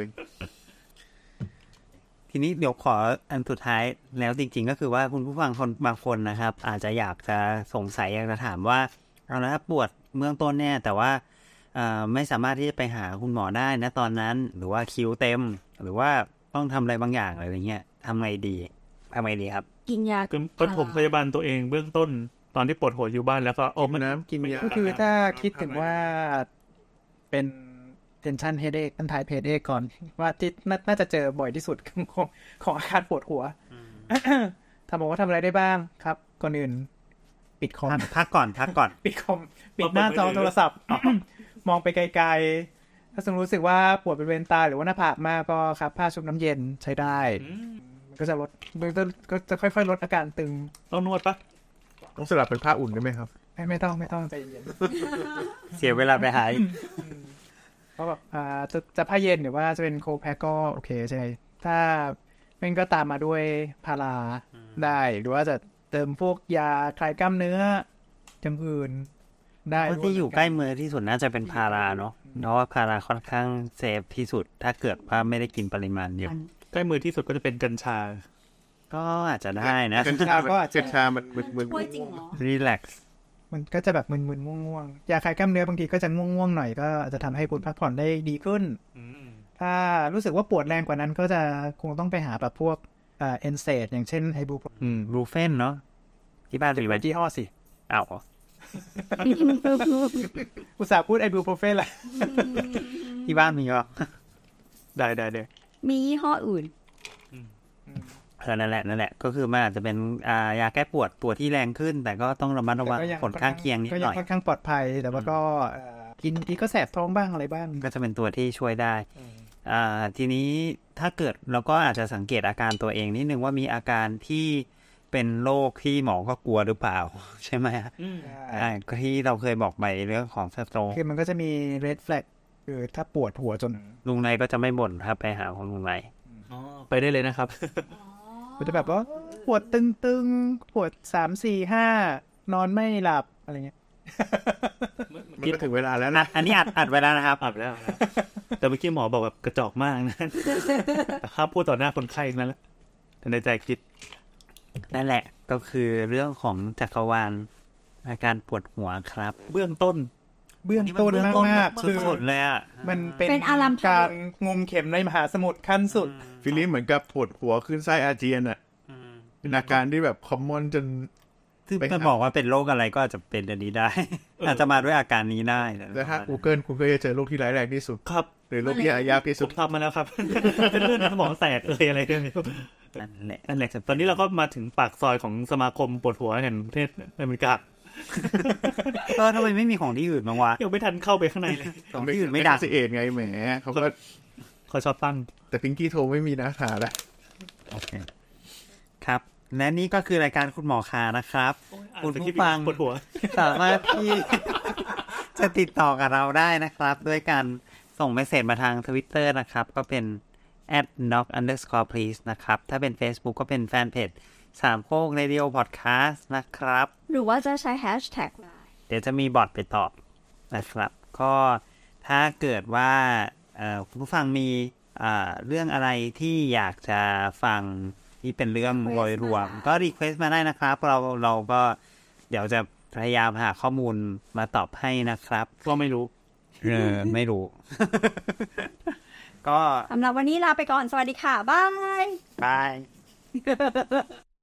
ทีนี้เดี๋ยวขออันสุดท้ายแล้วจริงๆก็คือว่าคุณผู้ฟังคนบางคนนะครับอาจจะอยากจะสงสัยอยากจะถามว่าเอาละปวดเบื้องต้นเนี่ยแต่ว่าไม่สามารถที่จะไปหาคุณหมอได้นะตอนนั้นหรือว่าคิวเต็มหรือว่าต้องทำอะไรบางอย่างอะไรเงี้ยทำไงดีทำไงดีครับกินยาคือปฐมพยาบาลตัวเองเบื้องต้นตอนที่ปวดหัวอยู่บ้านแล้วก็อมน้ำกินยาก็คือถ้าคิดถึงว่าเป็น tension headache อันท้ายเพจเอก่อนว่าที่น่าจะเจอบ่อยที่สุดของของอาการปวดหัวถ้าบอกว่าทำอะไรได้บ้างครับก่อนอื่นปิดคอมพักก่อนพักก่อนปิดคอมปิดหน้าจอโทรศัพท์มองไปไกลๆถ้าสมมติรู้สึกว่าปวดบริเวณตาหรือว่าหน้าผากมากก็ครับผ้าชุบน้ำเย็นใช้ได้ก็จะลดก็จะค่อยๆลดอาการตึงต้องนวดปะต้องสลับเป็นผ้าอุ่นได้ไหมครับไม่ไม่ต้องไม่ต้องใจเย็นเสียเวลาไปหาเพราะแบบอ่าจะจะผ้าเย็นหรือว่าจะเป็นโคแพคก็โอเคใช่ถ้ามันก็ตามมาด้วยพาราได้หรือว่าจะเติมพวกยาคลายกล้ามเนื้ออย่างอื่นได้ที่อยู่ใกล้มือที่สุดน่าจะเป็นพาราเนาะเพราะว่าพาราค่อนข้างเซฟที่สุดถ้าเกิดว่าไม่ได้กินปริมาณเยอะใกล้มือที่สุดก็จะเป็นกัญชาก็อาจจะได้นะกัญชาก็อาจจะกัญชามันมึนๆจริงเหรอรีแลกซ์มันก็จะแบบมึนๆง่วงๆยาคลายกล้ามเนื้อบางทีก็จะง่วงๆหน่อยก็อาจจะทำให้คุณพักผ่อนได้ดีขึ้นถ้ารู้สึกว่าปวดแรงกว่านั้นก็จะคงต้องไปหาแบบพวกเอ่อเอนเซดอย่างเช่นไฮบูอืมบรูเฟนเนาะที่บ้านมีไว้ยี่ห้อสิอ้าวอุตส่าห์พูดไอบูโปรเฟนแหละที่บ้านมีก็ได้ได้ได้มียี่ห้ออื่นเออนั่นแหละนั่นแหละก็คือมันอาจจะเป็นอ่ายาแก้ปวดตัวที่แรงขึ้น แต่ก็ต้องระมัดระวังผลข้างเคียงนิดก็หยัน่งอยค่อนข้างปลอดภัยแต่ว่าก็เอ่อกินทีก็แสบท้องบ้างอะไรบ้างก็จะเป็นตัวที่ช่วยได้อ่าทีนี้ถ้าเกิดเราก็อาจจะสังเกตอาการตัวเองนิดนึงว่ามีอาการที่เป็นโรคที่หมอก็กลัวหรือเปล่า ใช่ไหมฮะอ่าก็ที่เราเคยบอกไปเรื่องของสโตรกคือมันก็จะมี red flag คือถ้าปวดหัวจนลุงนายก็จะไม่บ่นครับไปหาของลุงนายไปได้เลยนะครับมันจะแบบว่าปวดตึงๆปวดสามสี่ห้านอนไม่หลับอะไรเงี้ยมันก็ถึงเวลาแล้วอันะดอันนี้อัดอัดไว้แล้วนะครับอับแล้วอับแล้วแต่เมื่อกี้หมอบอกแบบกระจอกมากนะแต่ข้าพูดต่อหน้าคนไข้นั่นแหละแต่ในใจคิดนั่นแหละก็คือเรื่องของจักรวาลอาการปวดหัวครับเบื้องต้นเบื้องต้นมากๆคือสุดเลยอ่ะมันเป็นเป็นอารัมพการงมเข็มในมหาสมุทรขั้นสุดฟีลลิ่งเหมือนกับปวดหัวขึ้นไส้อาเจียนอ่ะเป็นอาการที่แบบคอมมอนจนซึ่งไปจะหาบอกว่าเป็นโรคอะไรก็อาจจะเป็นอันนี้ได้ อาจจะมาด้วยอาการนี้ได้แต่ถ้า Google คุณก็จะเจอโรคที่ร้ายแรงที่สุดครับหรือโรคที่หายากที่ผสุดมทำมาแล้วครับ เป็นเรื่องสมองแตกเอยอะไรเรื่องนี้นั่นแหละนั่นแหละตอนนี้เราก็มาถึงปากซอยของสมาคมปวดหัวแห่งประเทศอเมริกาเออทำไมไม่มีของที่อื่นบ้างวะยังไม่ทันเข้าไปข้างในเลยของที่อื่นไม่ดังสิเอทไงแหมเขาก็เขาชอบตั้งแต่พิงกี้โทรไม่มีนะหาละโอเคครับและนี่ก็คือรายการคุณหมอคานะครับ คุณผู้ฟังปวดหัวสามารถที่ จะติดต่อกับเราได้นะครับ ด้วยการส่งเมสเซจมาทาง Twitter นะครับ ก็เป็น แอท น็อก อันเดอร์สกอร์ please นะครับ ถ้าเป็น Facebook ก็เป็นแฟนเพจสามโคก Radio Podcast นะครับหรือว่าจะใช้แฮชแท็กเดี๋ยวจะมีบอทไปตอบนะครับ ก็ถ้าเกิดว่าเอ่อคุณผู้ฟังมีอ่าเรื่องอะไรที่อยากจะฟังที่เป็นเรื่องโดยรวม ก็รีเควสต์มาได้นะครับ เราเราก็เดี๋ยวจะพยายามหาข้อมูลมาตอบให้นะครับก็ไม่รู้เออ ไม่รู้ ก็สำหรับวันนี้ลาไปก่อน สวัสดีค่ะ บายบาย